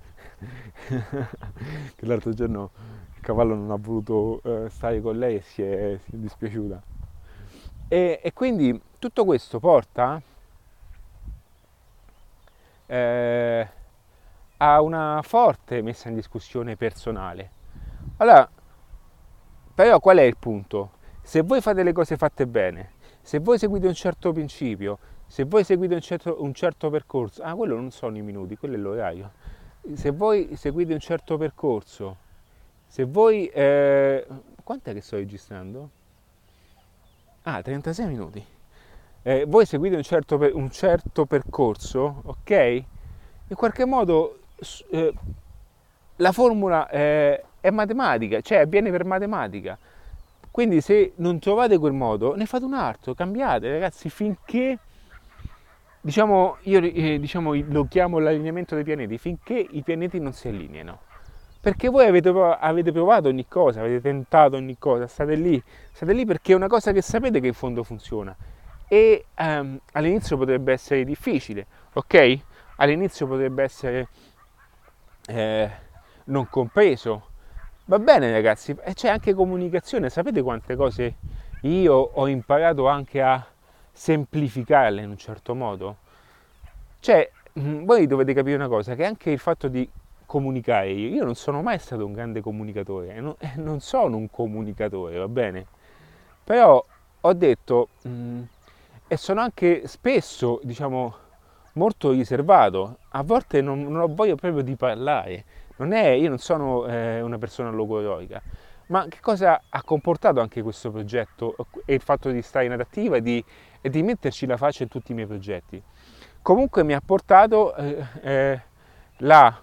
Che l'altro giorno il cavallo non ha voluto eh, stare con lei e si è, si è dispiaciuta. E, e quindi tutto questo porta eh, a una forte messa in discussione personale. Allora, però qual è il punto? Se voi fate le cose fatte bene, se voi seguite un certo principio, se voi seguite un certo, un certo percorso, ah, quello non sono i minuti, quello è l'orario. Se voi seguite un certo percorso, se voi... Eh, quant'è che sto registrando? Ah, trentasei minuti. Eh, voi seguite un certo, un certo percorso, ok? In qualche modo eh, la formula è, è matematica, cioè avviene per matematica. Quindi se non trovate quel modo, ne fate un altro, cambiate, ragazzi, finché, diciamo, io eh, diciamo, lo chiamo l'allineamento dei pianeti, finché i pianeti non si allineano. Perché voi avete, avete provato ogni cosa, avete tentato ogni cosa, state lì, state lì perché è una cosa che sapete che in fondo funziona. E um, all'inizio potrebbe essere difficile, ok? All'inizio potrebbe essere eh, non compreso. Va bene ragazzi, e c'è anche comunicazione, sapete quante cose io ho imparato anche a semplificarle in un certo modo? Cioè, voi dovete capire una cosa, che anche il fatto di comunicare, io, io non sono mai stato un grande comunicatore, non, non sono un comunicatore, va bene? Però ho detto, mh, e sono anche spesso, diciamo, molto riservato, a volte non, non ho voglia proprio di parlare, non è, io non sono eh, una persona logoroica, ma che cosa ha comportato anche questo progetto e il fatto di stare in adattiva e di, e di metterci la faccia in tutti i miei progetti? Comunque mi ha portato eh, eh, la,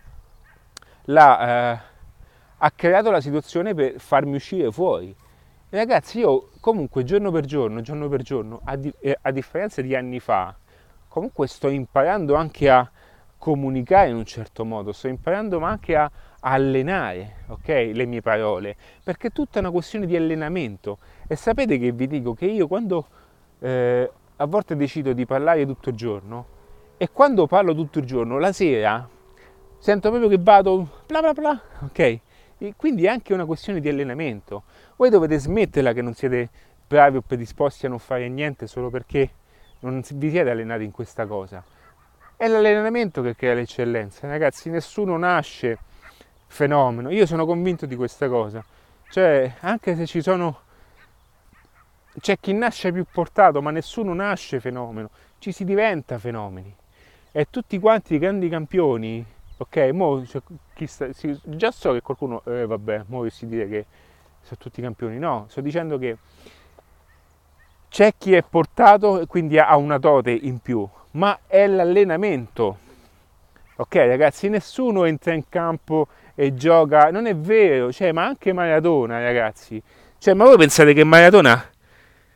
la, eh, ha creato la situazione per farmi uscire fuori. E ragazzi, io comunque giorno per giorno, giorno per giorno, a, di, eh, a differenza di anni fa, comunque sto imparando anche a comunicare in un certo modo, sto imparando ma anche a allenare, ok, le mie parole, perché è tutta una questione di allenamento. E sapete che vi dico che io quando eh, a volte decido di parlare tutto il giorno, e quando parlo tutto il giorno, la sera sento proprio che vado bla bla bla, ok? E quindi è anche una questione di allenamento. Voi dovete smetterla che non siete bravi o predisposti a non fare niente solo perché non vi siete allenati in questa cosa. È l'allenamento che crea l'eccellenza, ragazzi. Nessuno nasce fenomeno. Io sono convinto di questa cosa. Cioè, anche se ci sono, c'è chi nasce più portato, ma nessuno nasce fenomeno. Ci si diventa fenomeni. E tutti quanti i grandi campioni, ok, mo, cioè, chi sta, sì, già so che qualcuno, eh, vabbè, mo si dire che sono tutti campioni. No, sto dicendo che c'è chi è portato e quindi ha una dote in più, ma è l'allenamento. Ok ragazzi, nessuno entra in campo e gioca, non è vero, cioè, ma anche Maradona, ragazzi. Cioè, ma voi pensate che Maradona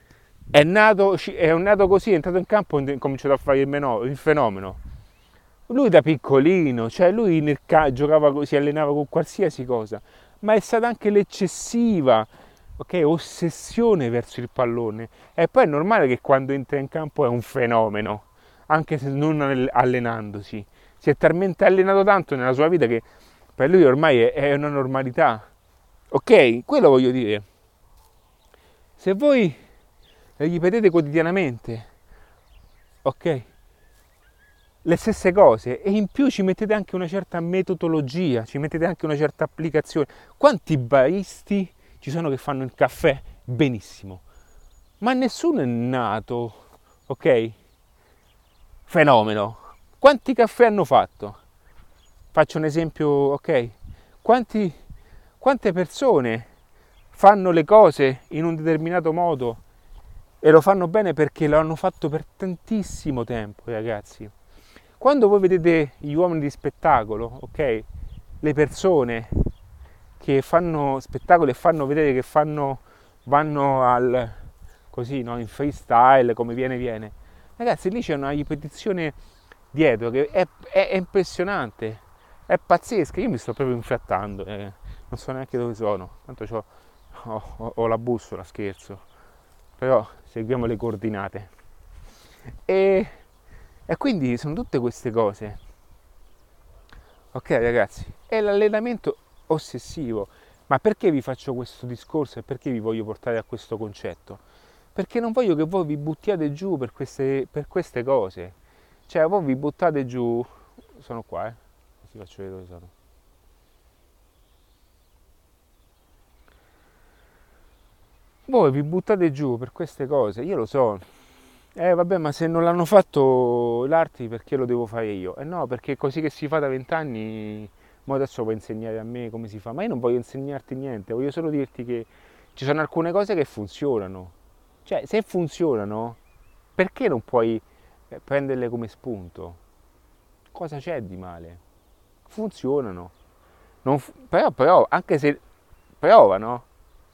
è nato, è nato così, è entrato in campo e ha cominciato a fare il, meno, il fenomeno? lui da piccolino, cioè lui nel ca- giocava, co- si allenava con qualsiasi cosa, ma è stata anche l'eccessiva, ok, ossessione verso il pallone. E poi è normale che quando entra in campo è un fenomeno, anche se non all- allenandosi. Si è talmente allenato tanto nella sua vita che per lui ormai è, è una normalità. Ok, quello voglio dire. Se voi gli ripetete quotidianamente, ok, le stesse cose e in più ci mettete anche una certa metodologia, ci mettete anche una certa applicazione. Quanti baristi ci sono che fanno il caffè benissimo, ma nessuno è nato, ok? Fenomeno. Quanti caffè hanno fatto? Faccio un esempio, ok? Quanti, quante persone fanno le cose in un determinato modo e lo fanno bene perché lo hanno fatto per tantissimo tempo, ragazzi. Quando voi vedete gli uomini di spettacolo, ok? Le persone che fanno spettacolo e fanno vedere che fanno, vanno al, così, no? In freestyle, come viene, viene. Ragazzi, lì c'è una ripetizione dietro che è, è, è impressionante, è pazzesca. Io mi sto proprio infrattando, eh. Non so neanche dove sono, tanto c'ho, ho, ho, ho la bussola, scherzo, però seguiamo le coordinate. E, e quindi sono tutte queste cose, ok ragazzi? È l'allenamento ossessivo. Ma perché vi faccio questo discorso e perché vi voglio portare a questo concetto? Perché non voglio che voi vi buttiate giù per queste, per queste cose. Cioè voi vi buttate giù, sono qua, eh, così faccio vedere dove sono. Voi vi buttate giù per queste cose, io lo so. Eh vabbè, ma se non l'hanno fatto l'arti perché lo devo fare io? Eh no, perché è così che si fa da vent'anni, ma adesso vuoi insegnare a me come si fa? Ma io non voglio insegnarti niente, voglio solo dirti che ci sono alcune cose che funzionano. Cioè, se funzionano, perché non puoi eh, prenderle come spunto? Cosa c'è di male? Funzionano. Non fu- però, però, anche se provano,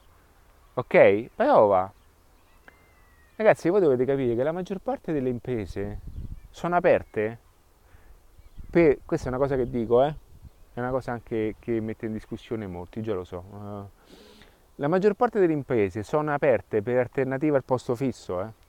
ok? Prova. Ragazzi, voi dovete capire che la maggior parte delle imprese sono aperte per, questa è una cosa che dico, eh? È una cosa anche che mette in discussione molti, già lo so. eh. La maggior parte delle imprese sono aperte per alternativa al posto fisso, eh?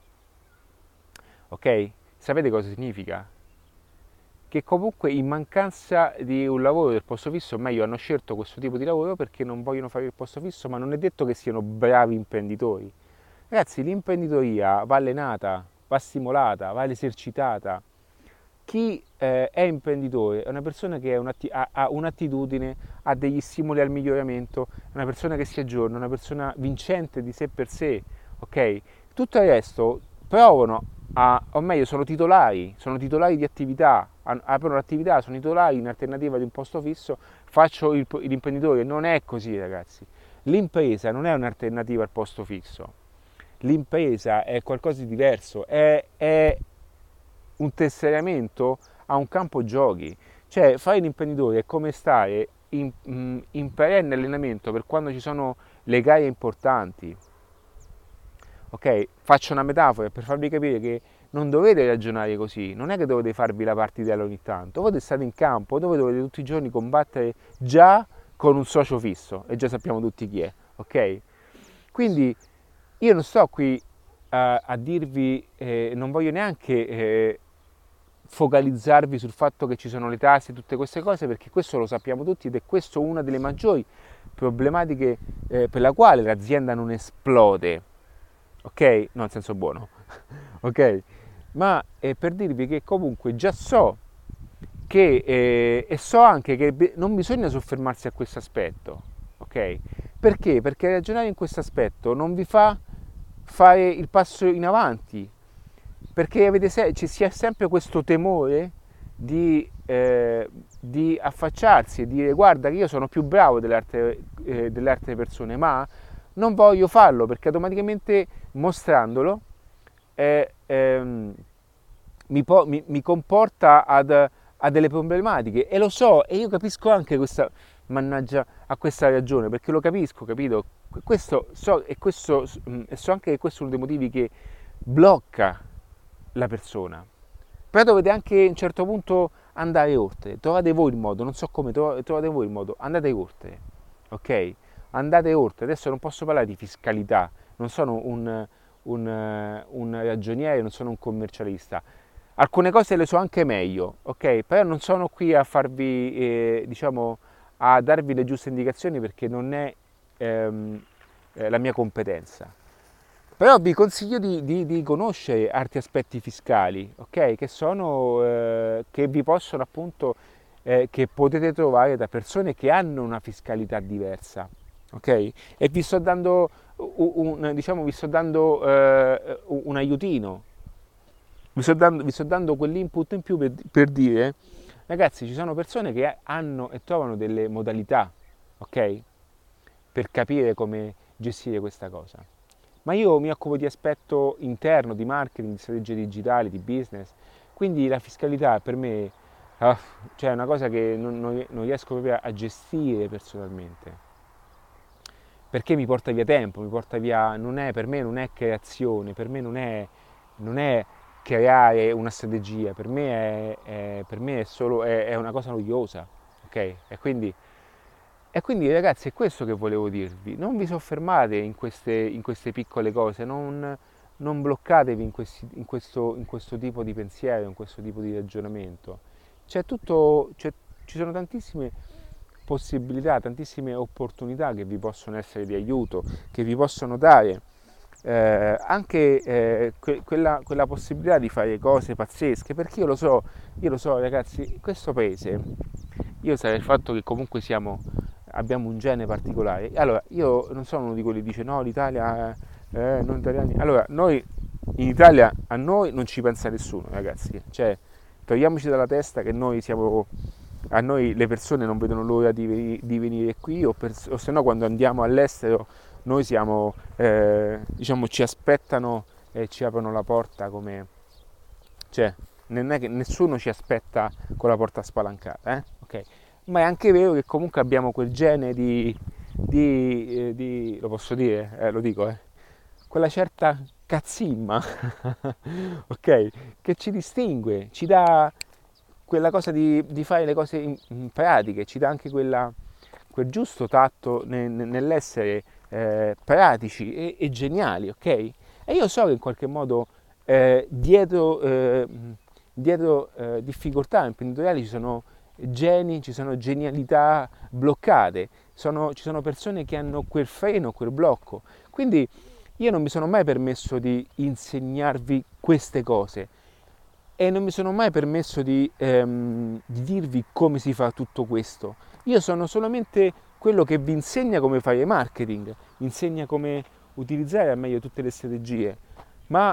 Ok? Sapete cosa significa? Che comunque in mancanza di un lavoro del posto fisso, o meglio, hanno scelto questo tipo di lavoro perché non vogliono fare il posto fisso, ma non è detto che siano bravi imprenditori. Ragazzi, l'imprenditoria va allenata, va stimolata, va esercitata. Chi eh, è imprenditore è una persona che un'atti- ha, ha un'attitudine, ha degli stimoli al miglioramento, è una persona che si aggiorna, una persona vincente di sé per sé, ok? Tutto il resto provano a, o meglio, sono titolari, sono titolari di attività, aprono l'attività, sono titolari in alternativa di un posto fisso, faccio il, l'imprenditore. Non è così, ragazzi. L'impresa non è un'alternativa al posto fisso. L'impresa è qualcosa di diverso, è, è un tesseramento a un campo giochi. Cioè, fare l'imprenditore è come stare in, in perenne allenamento per quando ci sono le gare importanti. Ok? Faccio una metafora per farvi capire che non dovete ragionare così, non è che dovete farvi la partitella ogni tanto, voi state in campo dove dovete tutti i giorni combattere già con un socio fisso e già sappiamo tutti chi è, ok? Quindi io non sto qui uh, a dirvi, eh, non voglio neanche eh, focalizzarvi sul fatto che ci sono le tasse e tutte queste cose, perché questo lo sappiamo tutti ed è questo una delle maggiori problematiche eh, per la quale l'azienda non esplode, ok? No, in senso buono, ok? Ma è per dirvi che comunque già so che, eh, e so anche che non bisogna soffermarsi a questo aspetto, ok? Perché? Perché ragionare in questo aspetto non vi fa fare il passo in avanti, perché avete se- ci sia sempre questo temore di, eh, di affacciarsi e dire guarda che io sono più bravo delle altre, eh, delle altre persone, ma non voglio farlo perché automaticamente mostrandolo eh, ehm, mi, po- mi, mi comporta ad, a delle problematiche e lo so e io capisco anche questa, mannaggia, a questa ragione perché lo capisco, capito? Questo so, e, questo, e so anche che questo è uno dei motivi che blocca la persona. Però dovete anche a un certo punto andare oltre, trovate voi il modo, non so come, trovate voi il modo, andate oltre, ok? Andate oltre, adesso non posso parlare di fiscalità, non sono un, un, un ragioniere, non sono un commercialista, alcune cose le so anche meglio, ok? Però non sono qui a farvi, eh, diciamo, a darvi le giuste indicazioni perché non è ehm, eh, la mia competenza. Però vi consiglio di, di, di conoscere altri aspetti fiscali, ok? Che sono, eh, che vi possono appunto, eh, che potete trovare da persone che hanno una fiscalità diversa, ok? E vi sto dando un, un diciamo, vi sto dando eh, un aiutino, vi sto dando, vi sto dando quell'input in più per, per dire, ragazzi, ci sono persone che hanno e trovano delle modalità, ok? Per capire come gestire questa cosa. Ma io mi occupo di aspetto interno, di marketing, di strategie digitali, di business, quindi la fiscalità per me uh, cioè è una cosa che non, non, non riesco proprio a gestire personalmente, perché mi porta via tempo, mi porta via, non è, per me non è creazione, per me non è, non è creare una strategia, per me è, è, per me è solo è, è una cosa noiosa, ok? E quindi e quindi ragazzi è questo che volevo dirvi, non vi soffermate in queste, in queste piccole cose, non, non bloccatevi in, questi, in, questo, in questo tipo di pensiero, in questo tipo di ragionamento. C'è tutto, c'è, ci sono tantissime possibilità, tantissime opportunità che vi possono essere di aiuto, che vi possono dare eh, anche eh, que- quella, quella possibilità di fare cose pazzesche, perché io lo so, io lo so ragazzi, questo paese, io sarei il fatto che comunque siamo abbiamo un gene particolare. Allora, io non sono uno di quelli che dice no, l'Italia, eh, noi italiani. Allora, noi in Italia a noi non ci pensa nessuno, ragazzi. Cioè, togliamoci dalla testa che noi siamo. A noi le persone non vedono l'ora di, di venire qui, o, per, o se no, quando andiamo all'estero, noi siamo, eh, diciamo, ci aspettano e ci aprono la porta come. Cioè, non è che nessuno ci aspetta con la porta spalancata, eh? Ok? Ma è anche vero che comunque abbiamo quel gene di, di, eh, di lo posso dire, eh, lo dico, eh, quella certa cazzimma, ok? Che ci distingue, ci dà quella cosa di, di fare le cose in, in pratiche, ci dà anche quella, quel giusto tatto ne, ne, nell'essere eh, pratici e, e geniali, ok? E io so che in qualche modo eh, dietro, eh, dietro eh, difficoltà imprenditoriali ci sono geni, ci sono genialità bloccate, sono, ci sono persone che hanno quel freno, quel blocco. Quindi io non mi sono mai permesso di insegnarvi queste cose e non mi sono mai permesso di, ehm, di dirvi come si fa tutto questo. Io sono solamente quello che vi insegna come fare marketing, insegna come utilizzare al meglio tutte le strategie, ma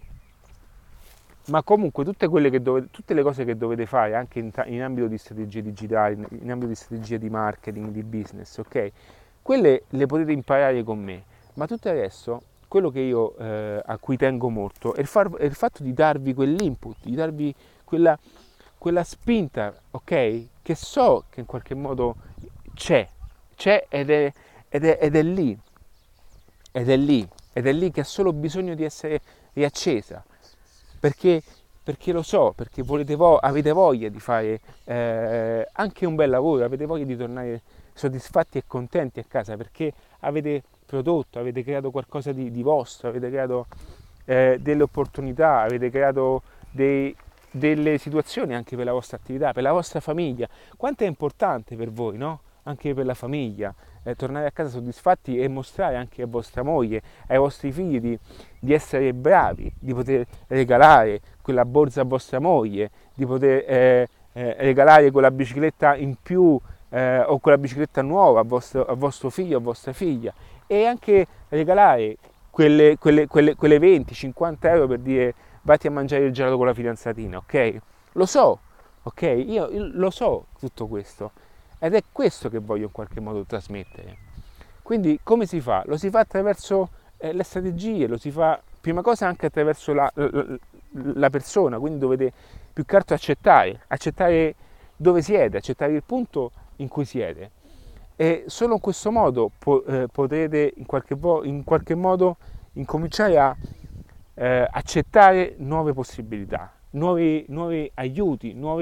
ma comunque tutte, quelle che dovete, tutte le cose che dovete fare anche in, in ambito di strategie digitali, in ambito di strategie di marketing, di business, ok? Quelle le potete imparare con me, ma tutto il resto, quello che io eh, a cui tengo molto è il, far, è il fatto di darvi quell'input, di darvi quella, quella spinta, ok? Che so che in qualche modo c'è, c'è ed è, ed è, ed è lì, ed è lì, ed è lì che ha solo bisogno di essere riaccesa. Perché, perché lo so, perché volete vo- avete voglia di fare eh, anche un bel lavoro, avete voglia di tornare soddisfatti e contenti a casa, perché avete prodotto, avete creato qualcosa di, di vostro, avete creato eh, delle opportunità, avete creato dei, delle situazioni anche per la vostra attività, per la vostra famiglia. Quanto è importante per voi, no? Anche per la famiglia, eh, tornare a casa soddisfatti e mostrare anche a vostra moglie, ai vostri figli di, di essere bravi, di poter regalare quella borsa a vostra moglie, di poter eh, eh, regalare quella bicicletta in più eh, o quella bicicletta nuova a vostro, a vostro figlio o a vostra figlia, e anche regalare quelle, quelle, quelle, quelle venti cinquanta euro per dire vatti a mangiare il gelato con la fidanzatina, ok? Lo so, ok? Io, io lo so tutto questo. Ed è questo che voglio in qualche modo trasmettere. Quindi come si fa? Lo si fa attraverso eh, le strategie, lo si fa prima cosa anche attraverso la, la, la persona, quindi dovete più che altro accettare, accettare dove siete, accettare il punto in cui siete. E solo in questo modo po- eh, potrete in qualche, vo- in qualche modo incominciare a eh, accettare nuove possibilità, nuovi, nuovi aiuti, nuove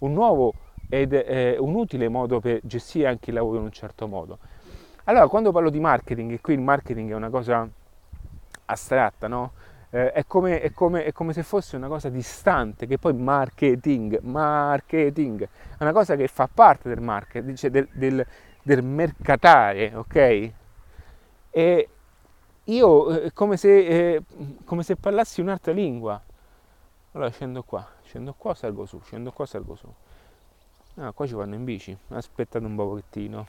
un nuovo ed eh, un utile modo per gestire anche il lavoro in un certo modo. Allora, quando parlo di marketing, e qui il marketing è una cosa astratta, no? Eh, è, come, è, come, è come se fosse una cosa distante, che poi marketing, marketing, è una cosa che fa parte del marketing, cioè del, del, del mercatare, ok? E io è come se, eh, come se parlassi un'altra lingua. Allora scendo qua, scendo qua, salgo su, scendo qua, salgo su. Ah, qua ci vanno in bici, aspettate un pochettino.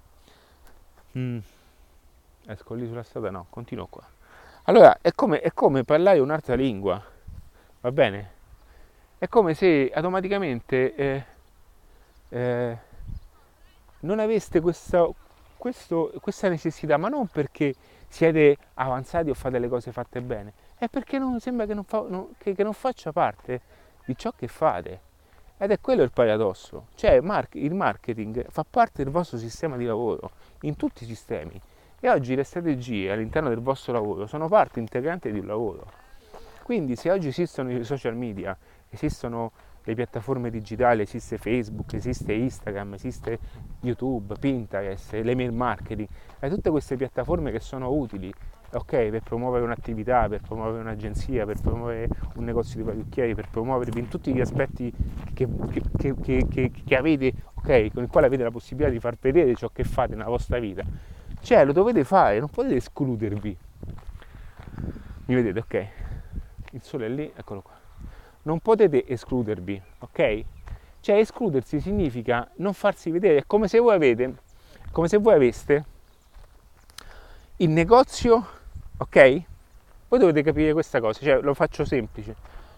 Mm. Esco lì sulla strada, no, continuo qua. Allora, è come, è come parlare un'altra lingua, va bene? È come se automaticamente eh, eh, non aveste questa, questo, questa necessità, ma non perché siete avanzati o fate le cose fatte bene, è perché non sembra che non, fa, non, che, che non faccia parte di ciò che fate. Ed è quello il paradosso, cioè il marketing fa parte del vostro sistema di lavoro, in tutti i sistemi. E oggi le strategie all'interno del vostro lavoro sono parte integrante di un lavoro. Quindi se oggi esistono i social media, esistono le piattaforme digitali, esiste Facebook, esiste Instagram, esiste YouTube, Pinterest, l'email marketing, e tutte queste piattaforme che sono utili, ok, per promuovere un'attività, per promuovere un'agenzia, per promuovere un negozio di parrucchieri, per promuovervi in tutti gli aspetti che, che, che, che, che avete, ok, con il quale avete la possibilità di far vedere ciò che fate nella vostra vita. Cioè, lo dovete fare, non potete escludervi. Mi vedete, ok? Il sole è lì, eccolo qua. Non potete escludervi, ok? Cioè, escludersi significa non farsi vedere. È come se voi avete, come se voi aveste il negozio, ok? Voi dovete capire questa cosa, cioè, lo faccio semplice.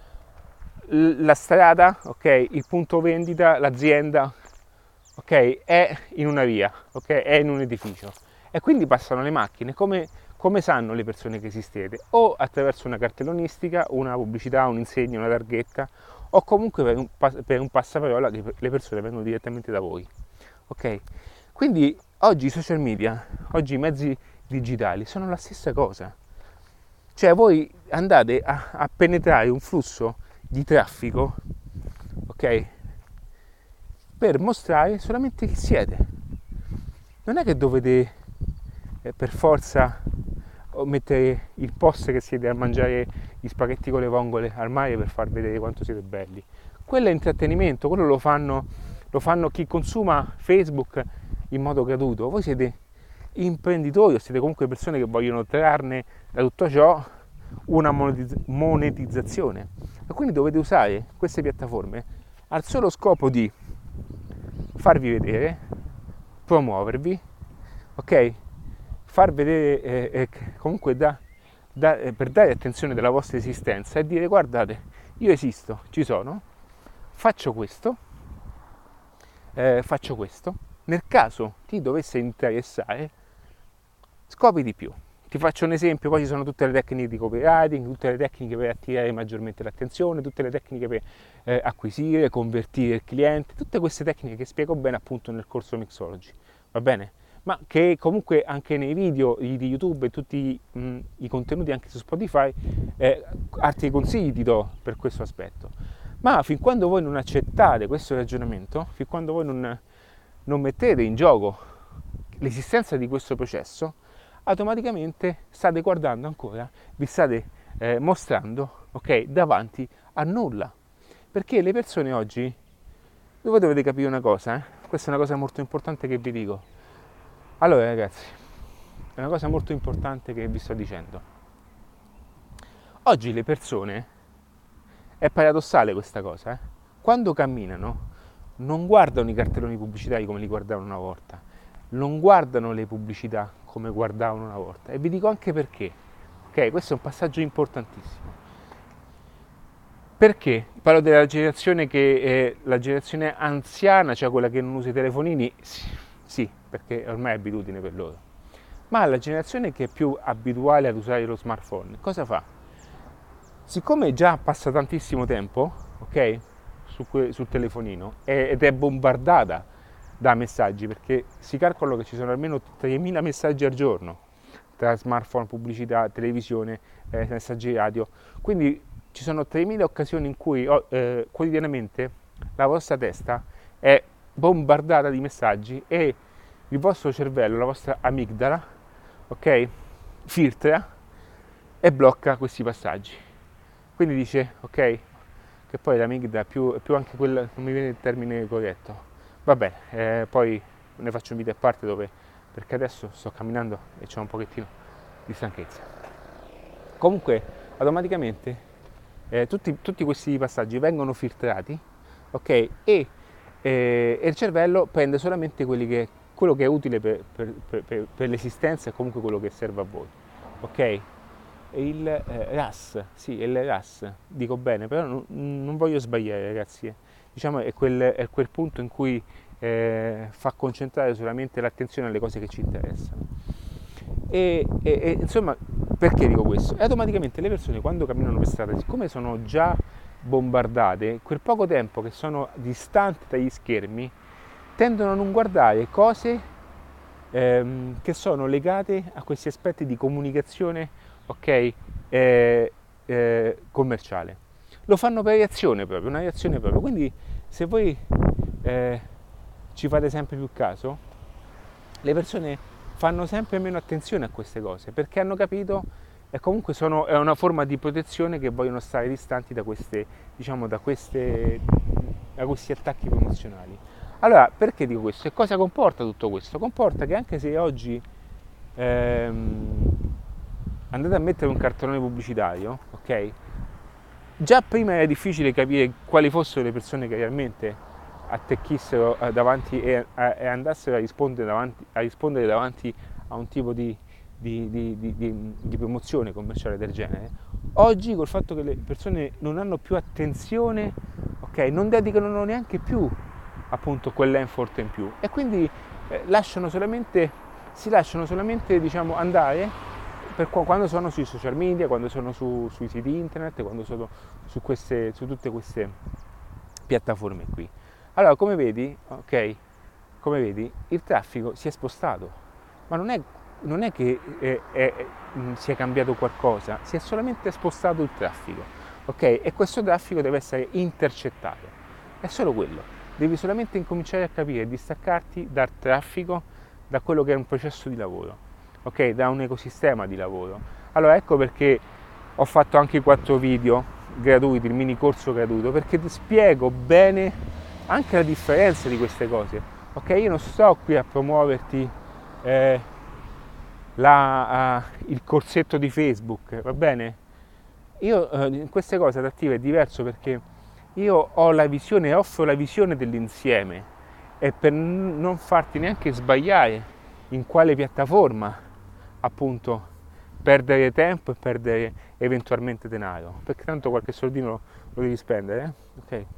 La strada, ok? Il punto vendita, l'azienda, ok? È in una via, ok? È in un edificio. E quindi passano le macchine, come, come sanno le persone che esistete? O attraverso una cartellonistica, una pubblicità, un'insegna, una targhetta, o comunque per un, per un passaparola che le persone vengono direttamente da voi. Ok? Quindi oggi i social media, oggi i mezzi digitali sono la stessa cosa. Cioè voi andate a, a penetrare un flusso di traffico, ok? Per mostrare solamente chi siete. Non è che dovete per forza mettere il post che siete a mangiare gli spaghetti con le vongole al mare per far vedere quanto siete belli. Quello è intrattenimento, quello lo fanno, lo fanno chi consuma Facebook in modo gratuito. Voi siete imprenditori o siete comunque persone che vogliono trarne da tutto ciò una monetizzazione, e quindi dovete usare queste piattaforme al solo scopo di farvi vedere, promuovervi, ok? Far vedere eh, eh, comunque da, da, eh, per dare attenzione della vostra esistenza e dire guardate, io esisto, ci sono, faccio questo, eh, faccio questo, nel caso ti dovesse interessare scopri di più. Ti faccio un esempio, poi ci sono tutte le tecniche di copywriting, tutte le tecniche per attirare maggiormente l'attenzione, tutte le tecniche per eh, acquisire, convertire il cliente, tutte queste tecniche che spiego bene appunto nel corso Mixology, va bene? Ma che comunque anche nei video di YouTube e tutti mh, i contenuti anche su Spotify eh, altri consigli ti do per questo aspetto. Ma fin quando voi non accettate questo ragionamento, fin quando voi non, non mettete in gioco l'esistenza di questo processo, automaticamente state guardando ancora, vi state eh, mostrando, ok, davanti a nulla. Perché le persone oggi, voi dovete capire una cosa, eh? Questa è una cosa molto importante che vi dico. Allora ragazzi, è una cosa molto importante che vi sto dicendo. Oggi le persone, è paradossale questa cosa, eh? Quando camminano non guardano i cartelloni pubblicitari come li guardavano una volta, non guardano le pubblicità come guardavano una volta, e vi dico anche perché. Ok, questo è un passaggio importantissimo. Perché? Parlo della generazione che è la generazione anziana, cioè quella che non usa i telefonini, sì, sì, perché ormai è abitudine per loro. Ma la generazione che è più abituale ad usare lo smartphone, cosa fa? Siccome già passa tantissimo tempo, ok, su que- sul telefonino, ed è bombardata da messaggi, perché si calcola che ci sono almeno tremila messaggi al giorno, tra smartphone, pubblicità, televisione, eh, messaggi radio, quindi ci sono tremila occasioni in cui oh, eh, quotidianamente la vostra testa è bombardata di messaggi e il vostro cervello, la vostra amigdala, ok, filtra e blocca questi passaggi. Quindi dice, ok, che poi l'amigdala è più, è più anche quella, non mi viene il termine corretto, va bene, eh, poi ne faccio un video a parte dove, perché adesso sto camminando e c'ho un pochettino di stanchezza. Comunque automaticamente eh, tutti, tutti questi passaggi vengono filtrati, ok, e, eh, e il cervello prende solamente quelli che, quello che è utile per, per, per, per l'esistenza e comunque quello che serve a voi, ok? Il eh, R A S, sì, il R A S, dico bene, però non, non voglio sbagliare, ragazzi, eh. Diciamo è quel, è quel punto in cui eh, fa concentrare solamente l'attenzione alle cose che ci interessano. E, e, e insomma, perché dico questo? E automaticamente le persone quando camminano per strada, siccome sono già bombardate, quel poco tempo che sono distanti dagli schermi, tendono a non guardare cose ehm, che sono legate a questi aspetti di comunicazione, ok, eh, eh, commerciale. Lo fanno per reazione proprio, una reazione proprio. Quindi se voi eh, ci fate sempre più caso, le persone fanno sempre meno attenzione a queste cose perché hanno capito e comunque sono, è una forma di protezione che vogliono stare distanti da queste, diciamo, da queste, da questi attacchi promozionali. Allora, perché dico questo? E cosa comporta tutto questo? Comporta che anche se oggi ehm, andate a mettere un cartellone pubblicitario, ok? Già prima era difficile capire quali fossero le persone che realmente attecchissero davanti e, e andassero a rispondere davanti, a rispondere davanti a un tipo di, di, di, di, di, di promozione commerciale del genere. Oggi col fatto che le persone non hanno più attenzione, ok, non dedicano neanche più appunto quell'effort in più e quindi eh, lasciano solamente, si lasciano solamente diciamo andare per quando sono sui social media, quando sono su, sui siti internet, quando sono su, queste, su tutte queste piattaforme qui. Allora, come vedi, ok, come vedi, il traffico si è spostato, ma non è, non è che è, è, è, sia cambiato qualcosa, si è solamente spostato il traffico, ok? E questo traffico deve essere intercettato, è solo quello. Devi solamente incominciare a capire e distaccarti dal traffico, da quello che è un processo di lavoro, ok? Da un ecosistema di lavoro. Allora, ecco perché ho fatto anche quattro video gratuiti, il mini corso gratuito, perché ti spiego bene anche la differenza di queste cose, ok? Io non sto qui a promuoverti eh, la, uh, il corsetto di Facebook, va bene? Io uh, in queste cose adattive è diverso perché io ho la visione, offro la visione dell'insieme e per n- non farti neanche sbagliare in quale piattaforma appunto perdere tempo e perdere eventualmente denaro, perché tanto qualche soldino lo devi spendere, eh? Ok?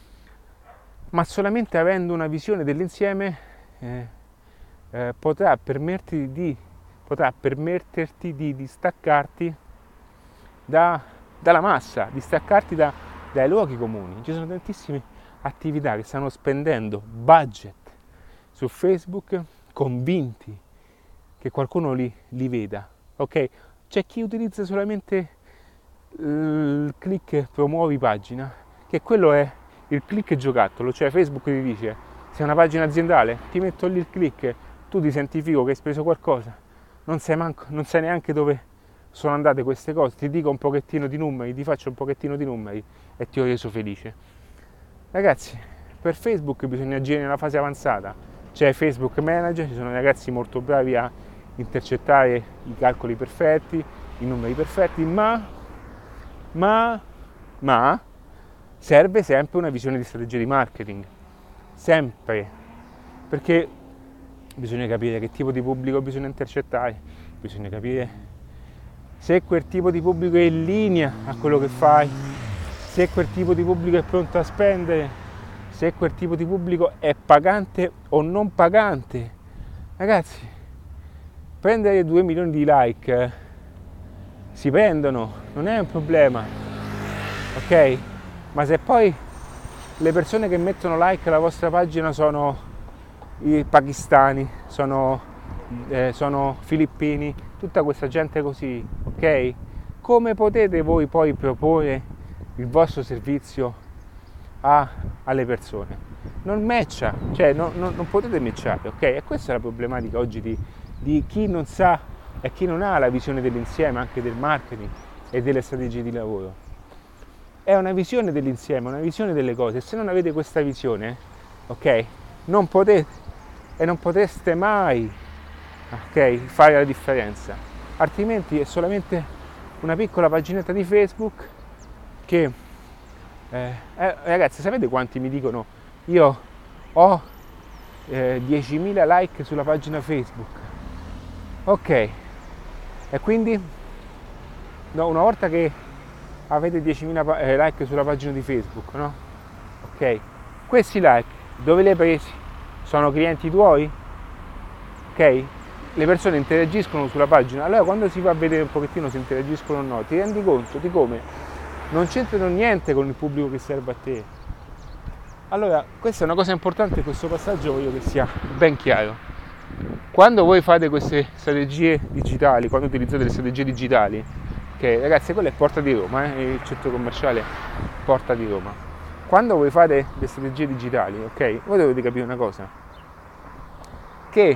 Ma solamente avendo una visione dell'insieme eh, eh, potrà, permetterti di, potrà permetterti di distaccarti da, dalla massa, distaccarti da, dai luoghi comuni. Ci sono tantissime attività che stanno spendendo budget su Facebook convinti che qualcuno li, li veda, ok? C'è chi utilizza solamente il click promuovi pagina, che quello è il click giocattolo, cioè Facebook ti dice sei una pagina aziendale, ti metto lì il click, tu ti senti figo che hai speso qualcosa, non sai, manco, non sai neanche dove sono andate queste cose, ti dico un pochettino di numeri, ti faccio un pochettino di numeri e ti ho reso felice. Ragazzi, per Facebook bisogna agire nella fase avanzata, c'è Facebook Manager, ci sono ragazzi molto bravi a intercettare i calcoli perfetti, i numeri perfetti, ma, ma, ma serve sempre una visione di strategia di marketing, sempre, perché bisogna capire che tipo di pubblico bisogna intercettare, bisogna capire se quel tipo di pubblico è in linea a quello che fai, se quel tipo di pubblico è pronto a spendere, se quel tipo di pubblico è pagante o non pagante. Ragazzi, prendere due milioni di like eh, si prendono, non è un problema, ok? Ma se poi le persone che mettono like alla vostra pagina sono i pakistani, sono, eh, sono filippini, tutta questa gente così, ok? Come potete voi poi proporre il vostro servizio a, alle persone. Non matcha, cioè non, non, non potete matchare, ok? E questa è la problematica oggi di, di chi non sa e chi non ha la visione dell'insieme, anche del marketing e delle strategie di lavoro. È una visione dell'insieme, una visione delle cose. Se non avete questa visione, ok, non potete e non potreste mai, ok, fare la differenza. Altrimenti è solamente una piccola paginetta di Facebook che eh, eh, ragazzi, sapete quanti mi dicono io ho eh, diecimila like sulla pagina Facebook, ok, e quindi no, una volta che avete diecimila eh, like sulla pagina di Facebook, no? Ok, questi like dove li hai presi? Sono clienti tuoi? Ok? Le persone interagiscono sulla pagina, allora quando si va a vedere un pochettino se interagiscono o no, ti rendi conto di come non c'entrano niente con il pubblico che serve a te. Allora, questa è una cosa importante, questo passaggio voglio che sia ben chiaro. Quando voi fate queste strategie digitali, quando utilizzate le strategie digitali, che ragazzi, quello è Porta di Roma, eh, il centro commerciale Porta di Roma. Quando voi fate le strategie digitali, ok, voi dovete capire una cosa, che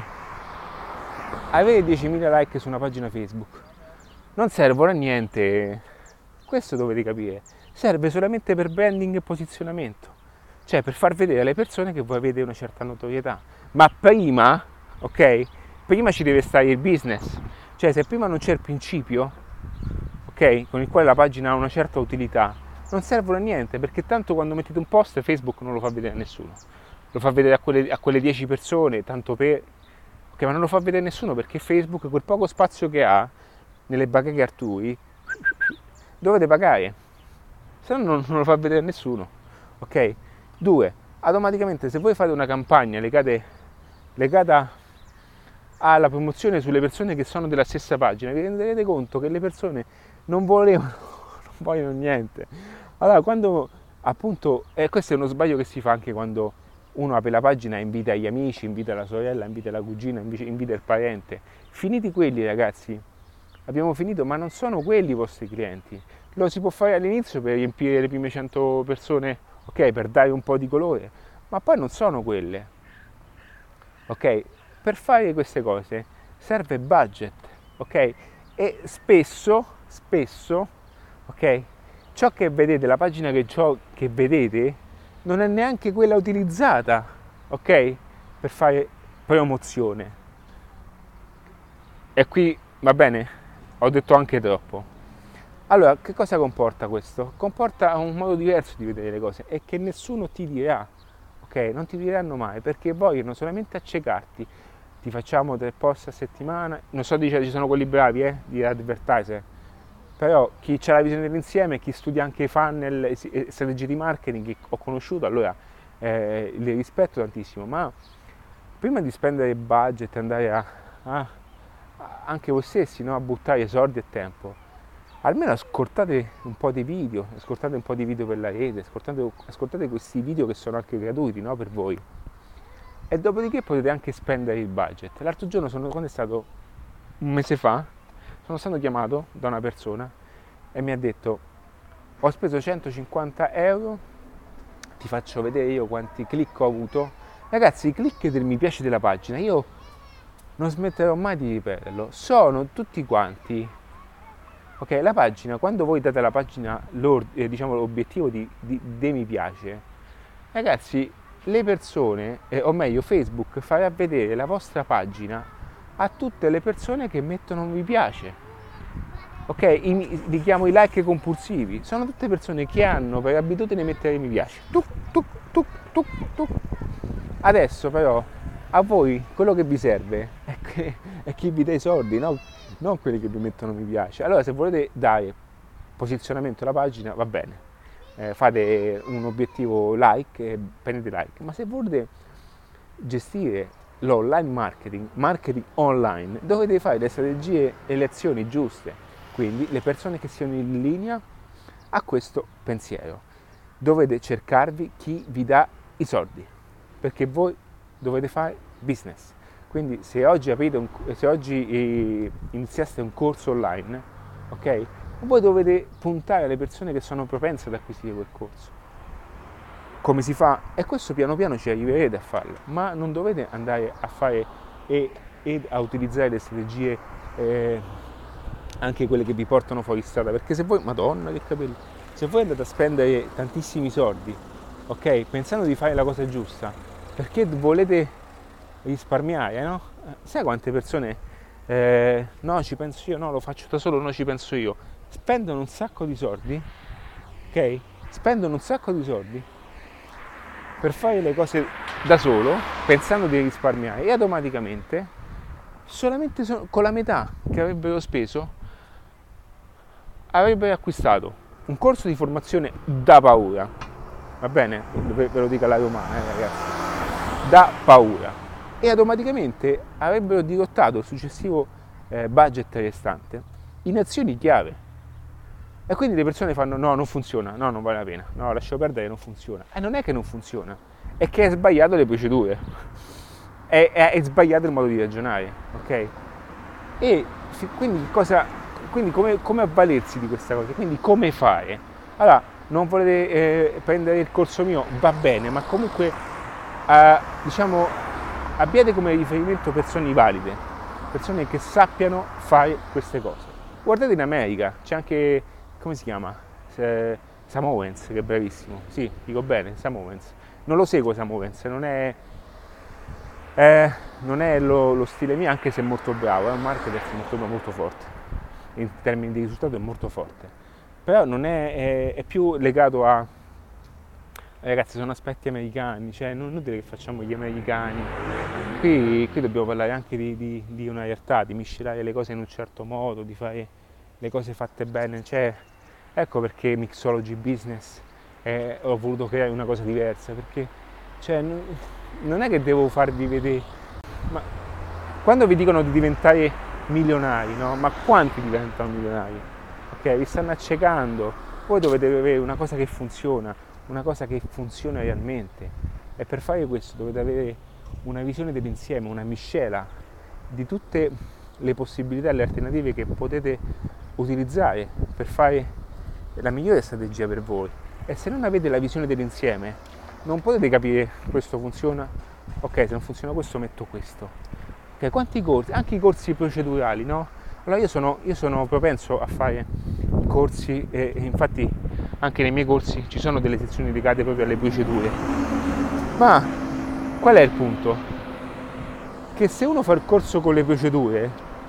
avere diecimila like su una pagina Facebook non servono a niente, questo dovete capire, serve solamente per branding e posizionamento, cioè per far vedere alle persone che voi avete una certa notorietà, ma prima, ok, prima ci deve stare il business, cioè se prima non c'è il principio, ok, con il quale la pagina ha una certa utilità, non servono a niente, perché tanto quando mettete un post Facebook non lo fa vedere a nessuno, lo fa vedere a quelle, a quelle dieci persone, tanto per, ok, ma non lo fa vedere a nessuno perché Facebook, quel poco spazio che ha nelle bacheche altrui, dovete pagare, se no non, non lo fa vedere a nessuno, ok? Due, automaticamente se voi fate una campagna legate, legata alla promozione sulle persone che sono della stessa pagina, vi renderete conto che le persone non volevano, non vogliono niente. Allora quando appunto, e questo è uno sbaglio che si fa anche quando uno apre la pagina e invita gli amici, invita la sorella, invita la cugina, invita il parente, finiti quelli ragazzi, abbiamo finito, ma non sono quelli i vostri clienti. Lo si può fare all'inizio per riempire le prime cento persone, ok, per dare un po' di colore, ma poi non sono quelle, ok? Per fare queste cose serve budget, ok? E spesso, spesso, ok, ciò che vedete, la pagina che, ciò che vedete, non è neanche quella utilizzata, ok? Per fare promozione. E qui, va bene, ho detto anche troppo. Allora, che cosa comporta questo? Comporta un modo diverso di vedere le cose e che nessuno ti dirà, ok? Non ti diranno mai, perché vogliono solamente accecarti. Ti facciamo tre post a settimana, non so dire ci sono quelli bravi, eh, di advertiser, però chi ha la visione dell'insieme, chi studia anche i funnel e strategie di marketing che ho conosciuto, allora eh, li rispetto tantissimo, ma prima di spendere budget e andare a, a, a anche voi stessi, no, a buttare soldi e tempo, almeno ascoltate un po' di video, ascoltate un po' di video per la rete, ascoltate, ascoltate questi video che sono anche gratuiti, no, per voi. E dopodiché potete anche spendere il budget. L'altro giorno, sono, quando è stato un mese fa, sono stato chiamato da una persona e mi ha detto: ho speso centocinquanta euro, ti faccio vedere io quanti click ho avuto. Ragazzi, i click del mi piace della pagina, io non smetterò mai di ripeterlo, sono tutti quanti, ok? La pagina, quando voi date alla pagina eh, diciamo, l'obiettivo di, di, di mi piace, ragazzi, le persone, eh, o meglio Facebook, farà vedere la vostra pagina a tutte le persone che mettono mi piace, ok? I, li chiamo i like compulsivi, sono tutte persone che hanno per abitudine mettere mi piace, tuc, tuc, tuc, tuc, tuc. Adesso però a voi quello che vi serve è, che, è chi vi dà i soldi, no? Non quelli che vi mettono mi piace. Allora se volete dare posizionamento alla pagina, va bene, Eh, fate un obiettivo like e prendete like, ma se volete gestire l'online marketing, marketing online, dovete fare le strategie e le azioni giuste, quindi le persone che siano in linea a questo pensiero. Dovete cercarvi chi vi dà i soldi, perché voi dovete fare business. Quindi se oggi aprite un, se oggi eh, iniziaste un corso online, ok? Voi dovete puntare alle persone che sono propense ad acquisire quel corso. come si fa, e questo piano piano ci arriverete a farlo, ma non dovete andare a fare e, e a utilizzare le strategie eh, anche quelle che vi portano fuori strada, perché se voi, madonna che capelli, se voi andate a spendere tantissimi soldi, ok, pensando di fare la cosa giusta, perché volete risparmiare, no? Sai quante persone eh, no, ci penso io, no, lo faccio da solo, no, ci penso io, spendono un sacco di soldi, ok? Spendono un sacco di soldi per fare le cose da solo, pensando di risparmiare, e automaticamente, solamente so- con la metà che avrebbero speso, avrebbero acquistato un corso di formazione da paura, va bene? Ve ve lo dico alla romana, eh, ragazzi, da paura, e automaticamente avrebbero dirottato il successivo eh, budget restante in azioni chiave. E quindi le persone fanno no, non funziona, no, non vale la pena, no, lascio perdere, non funziona. E non è che non funziona, è che è sbagliato le procedure, è, è, è sbagliato il modo di ragionare, ok? E quindi cosa, quindi come, come avvalersi di questa cosa? Quindi come fare? Allora, non volete eh, prendere il corso mio? Va bene, ma comunque eh, diciamo abbiate come riferimento persone valide, persone che sappiano fare queste cose. Guardate in America, c'è anche, come si chiama? Eh, Sam Owens, che è bravissimo. Sì, dico bene, Sam Owens. Non lo seguo Sam Owens, non è, eh, non è lo, lo stile mio, anche se è molto bravo, è un marketer molto, molto forte, in termini di risultato è molto forte, però non è, è, è più legato a, ragazzi, sono aspetti americani, cioè non è inutile che facciamo gli americani, qui, qui dobbiamo parlare anche di, di, di una realtà, di miscelare le cose in un certo modo, di fare le cose fatte bene, cioè, ecco perché Mixology Business eh, ho voluto creare una cosa diversa, perché cioè, non è che devo farvi vedere, ma quando vi dicono di diventare milionari, no? Ma quanti diventano milionari? Ok, vi stanno accecando, voi dovete avere una cosa che funziona, una cosa che funziona realmente, e per fare questo dovete avere una visione dell'insieme, una miscela di tutte le possibilità e le alternative che potete utilizzare per fare la migliore strategia per voi. E se non avete la visione dell'insieme non potete capire questo funziona, ok, se non funziona questo metto questo. Okay, quanti corsi, anche i corsi procedurali, no? Allora io sono, io sono propenso a fare i corsi e, e infatti anche nei miei corsi ci sono delle sezioni dedicate proprio alle procedure. Ma qual è il punto? Che se uno fa il corso con le procedure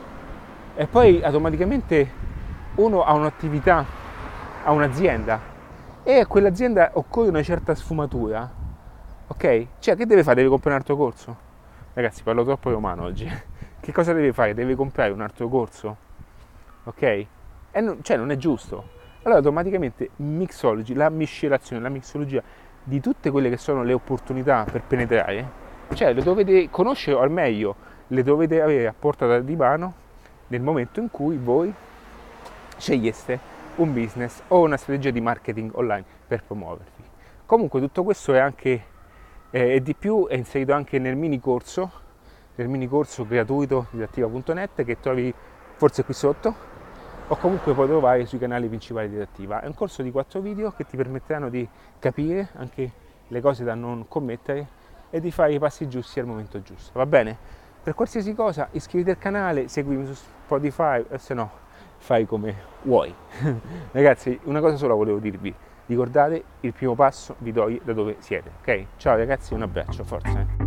e poi automaticamente uno ha un'attività, ha un'azienda e a quell'azienda occorre una certa sfumatura, ok? Cioè, che deve fare? Deve comprare un altro corso? Ragazzi, parlo troppo romano oggi. Che cosa deve fare? Deve comprare un altro corso? Ok? E non, cioè, non è giusto. Allora, automaticamente, Mixology, la miscelazione, la mixologia di tutte quelle che sono le opportunità per penetrare, cioè, le dovete conoscere al meglio, le dovete avere a portata di mano nel momento in cui voi sceglieste un business o una strategia di marketing online per promuovervi. Comunque tutto questo è anche eh, e di più è inserito anche nel mini corso, nel mini corso gratuito di Didattiva punto net che trovi forse qui sotto o comunque puoi trovare sui canali principali di Didattiva. È un corso di quattro video che ti permetteranno di capire anche le cose da non commettere e di fare i passi giusti al momento giusto. Va bene? Per qualsiasi cosa iscriviti al canale, seguimi su Spotify, o se no fai come vuoi. Ragazzi, una cosa sola volevo dirvi: ricordate, il primo passo vi toglie da dove siete, ok? Ciao ragazzi, un abbraccio, forza.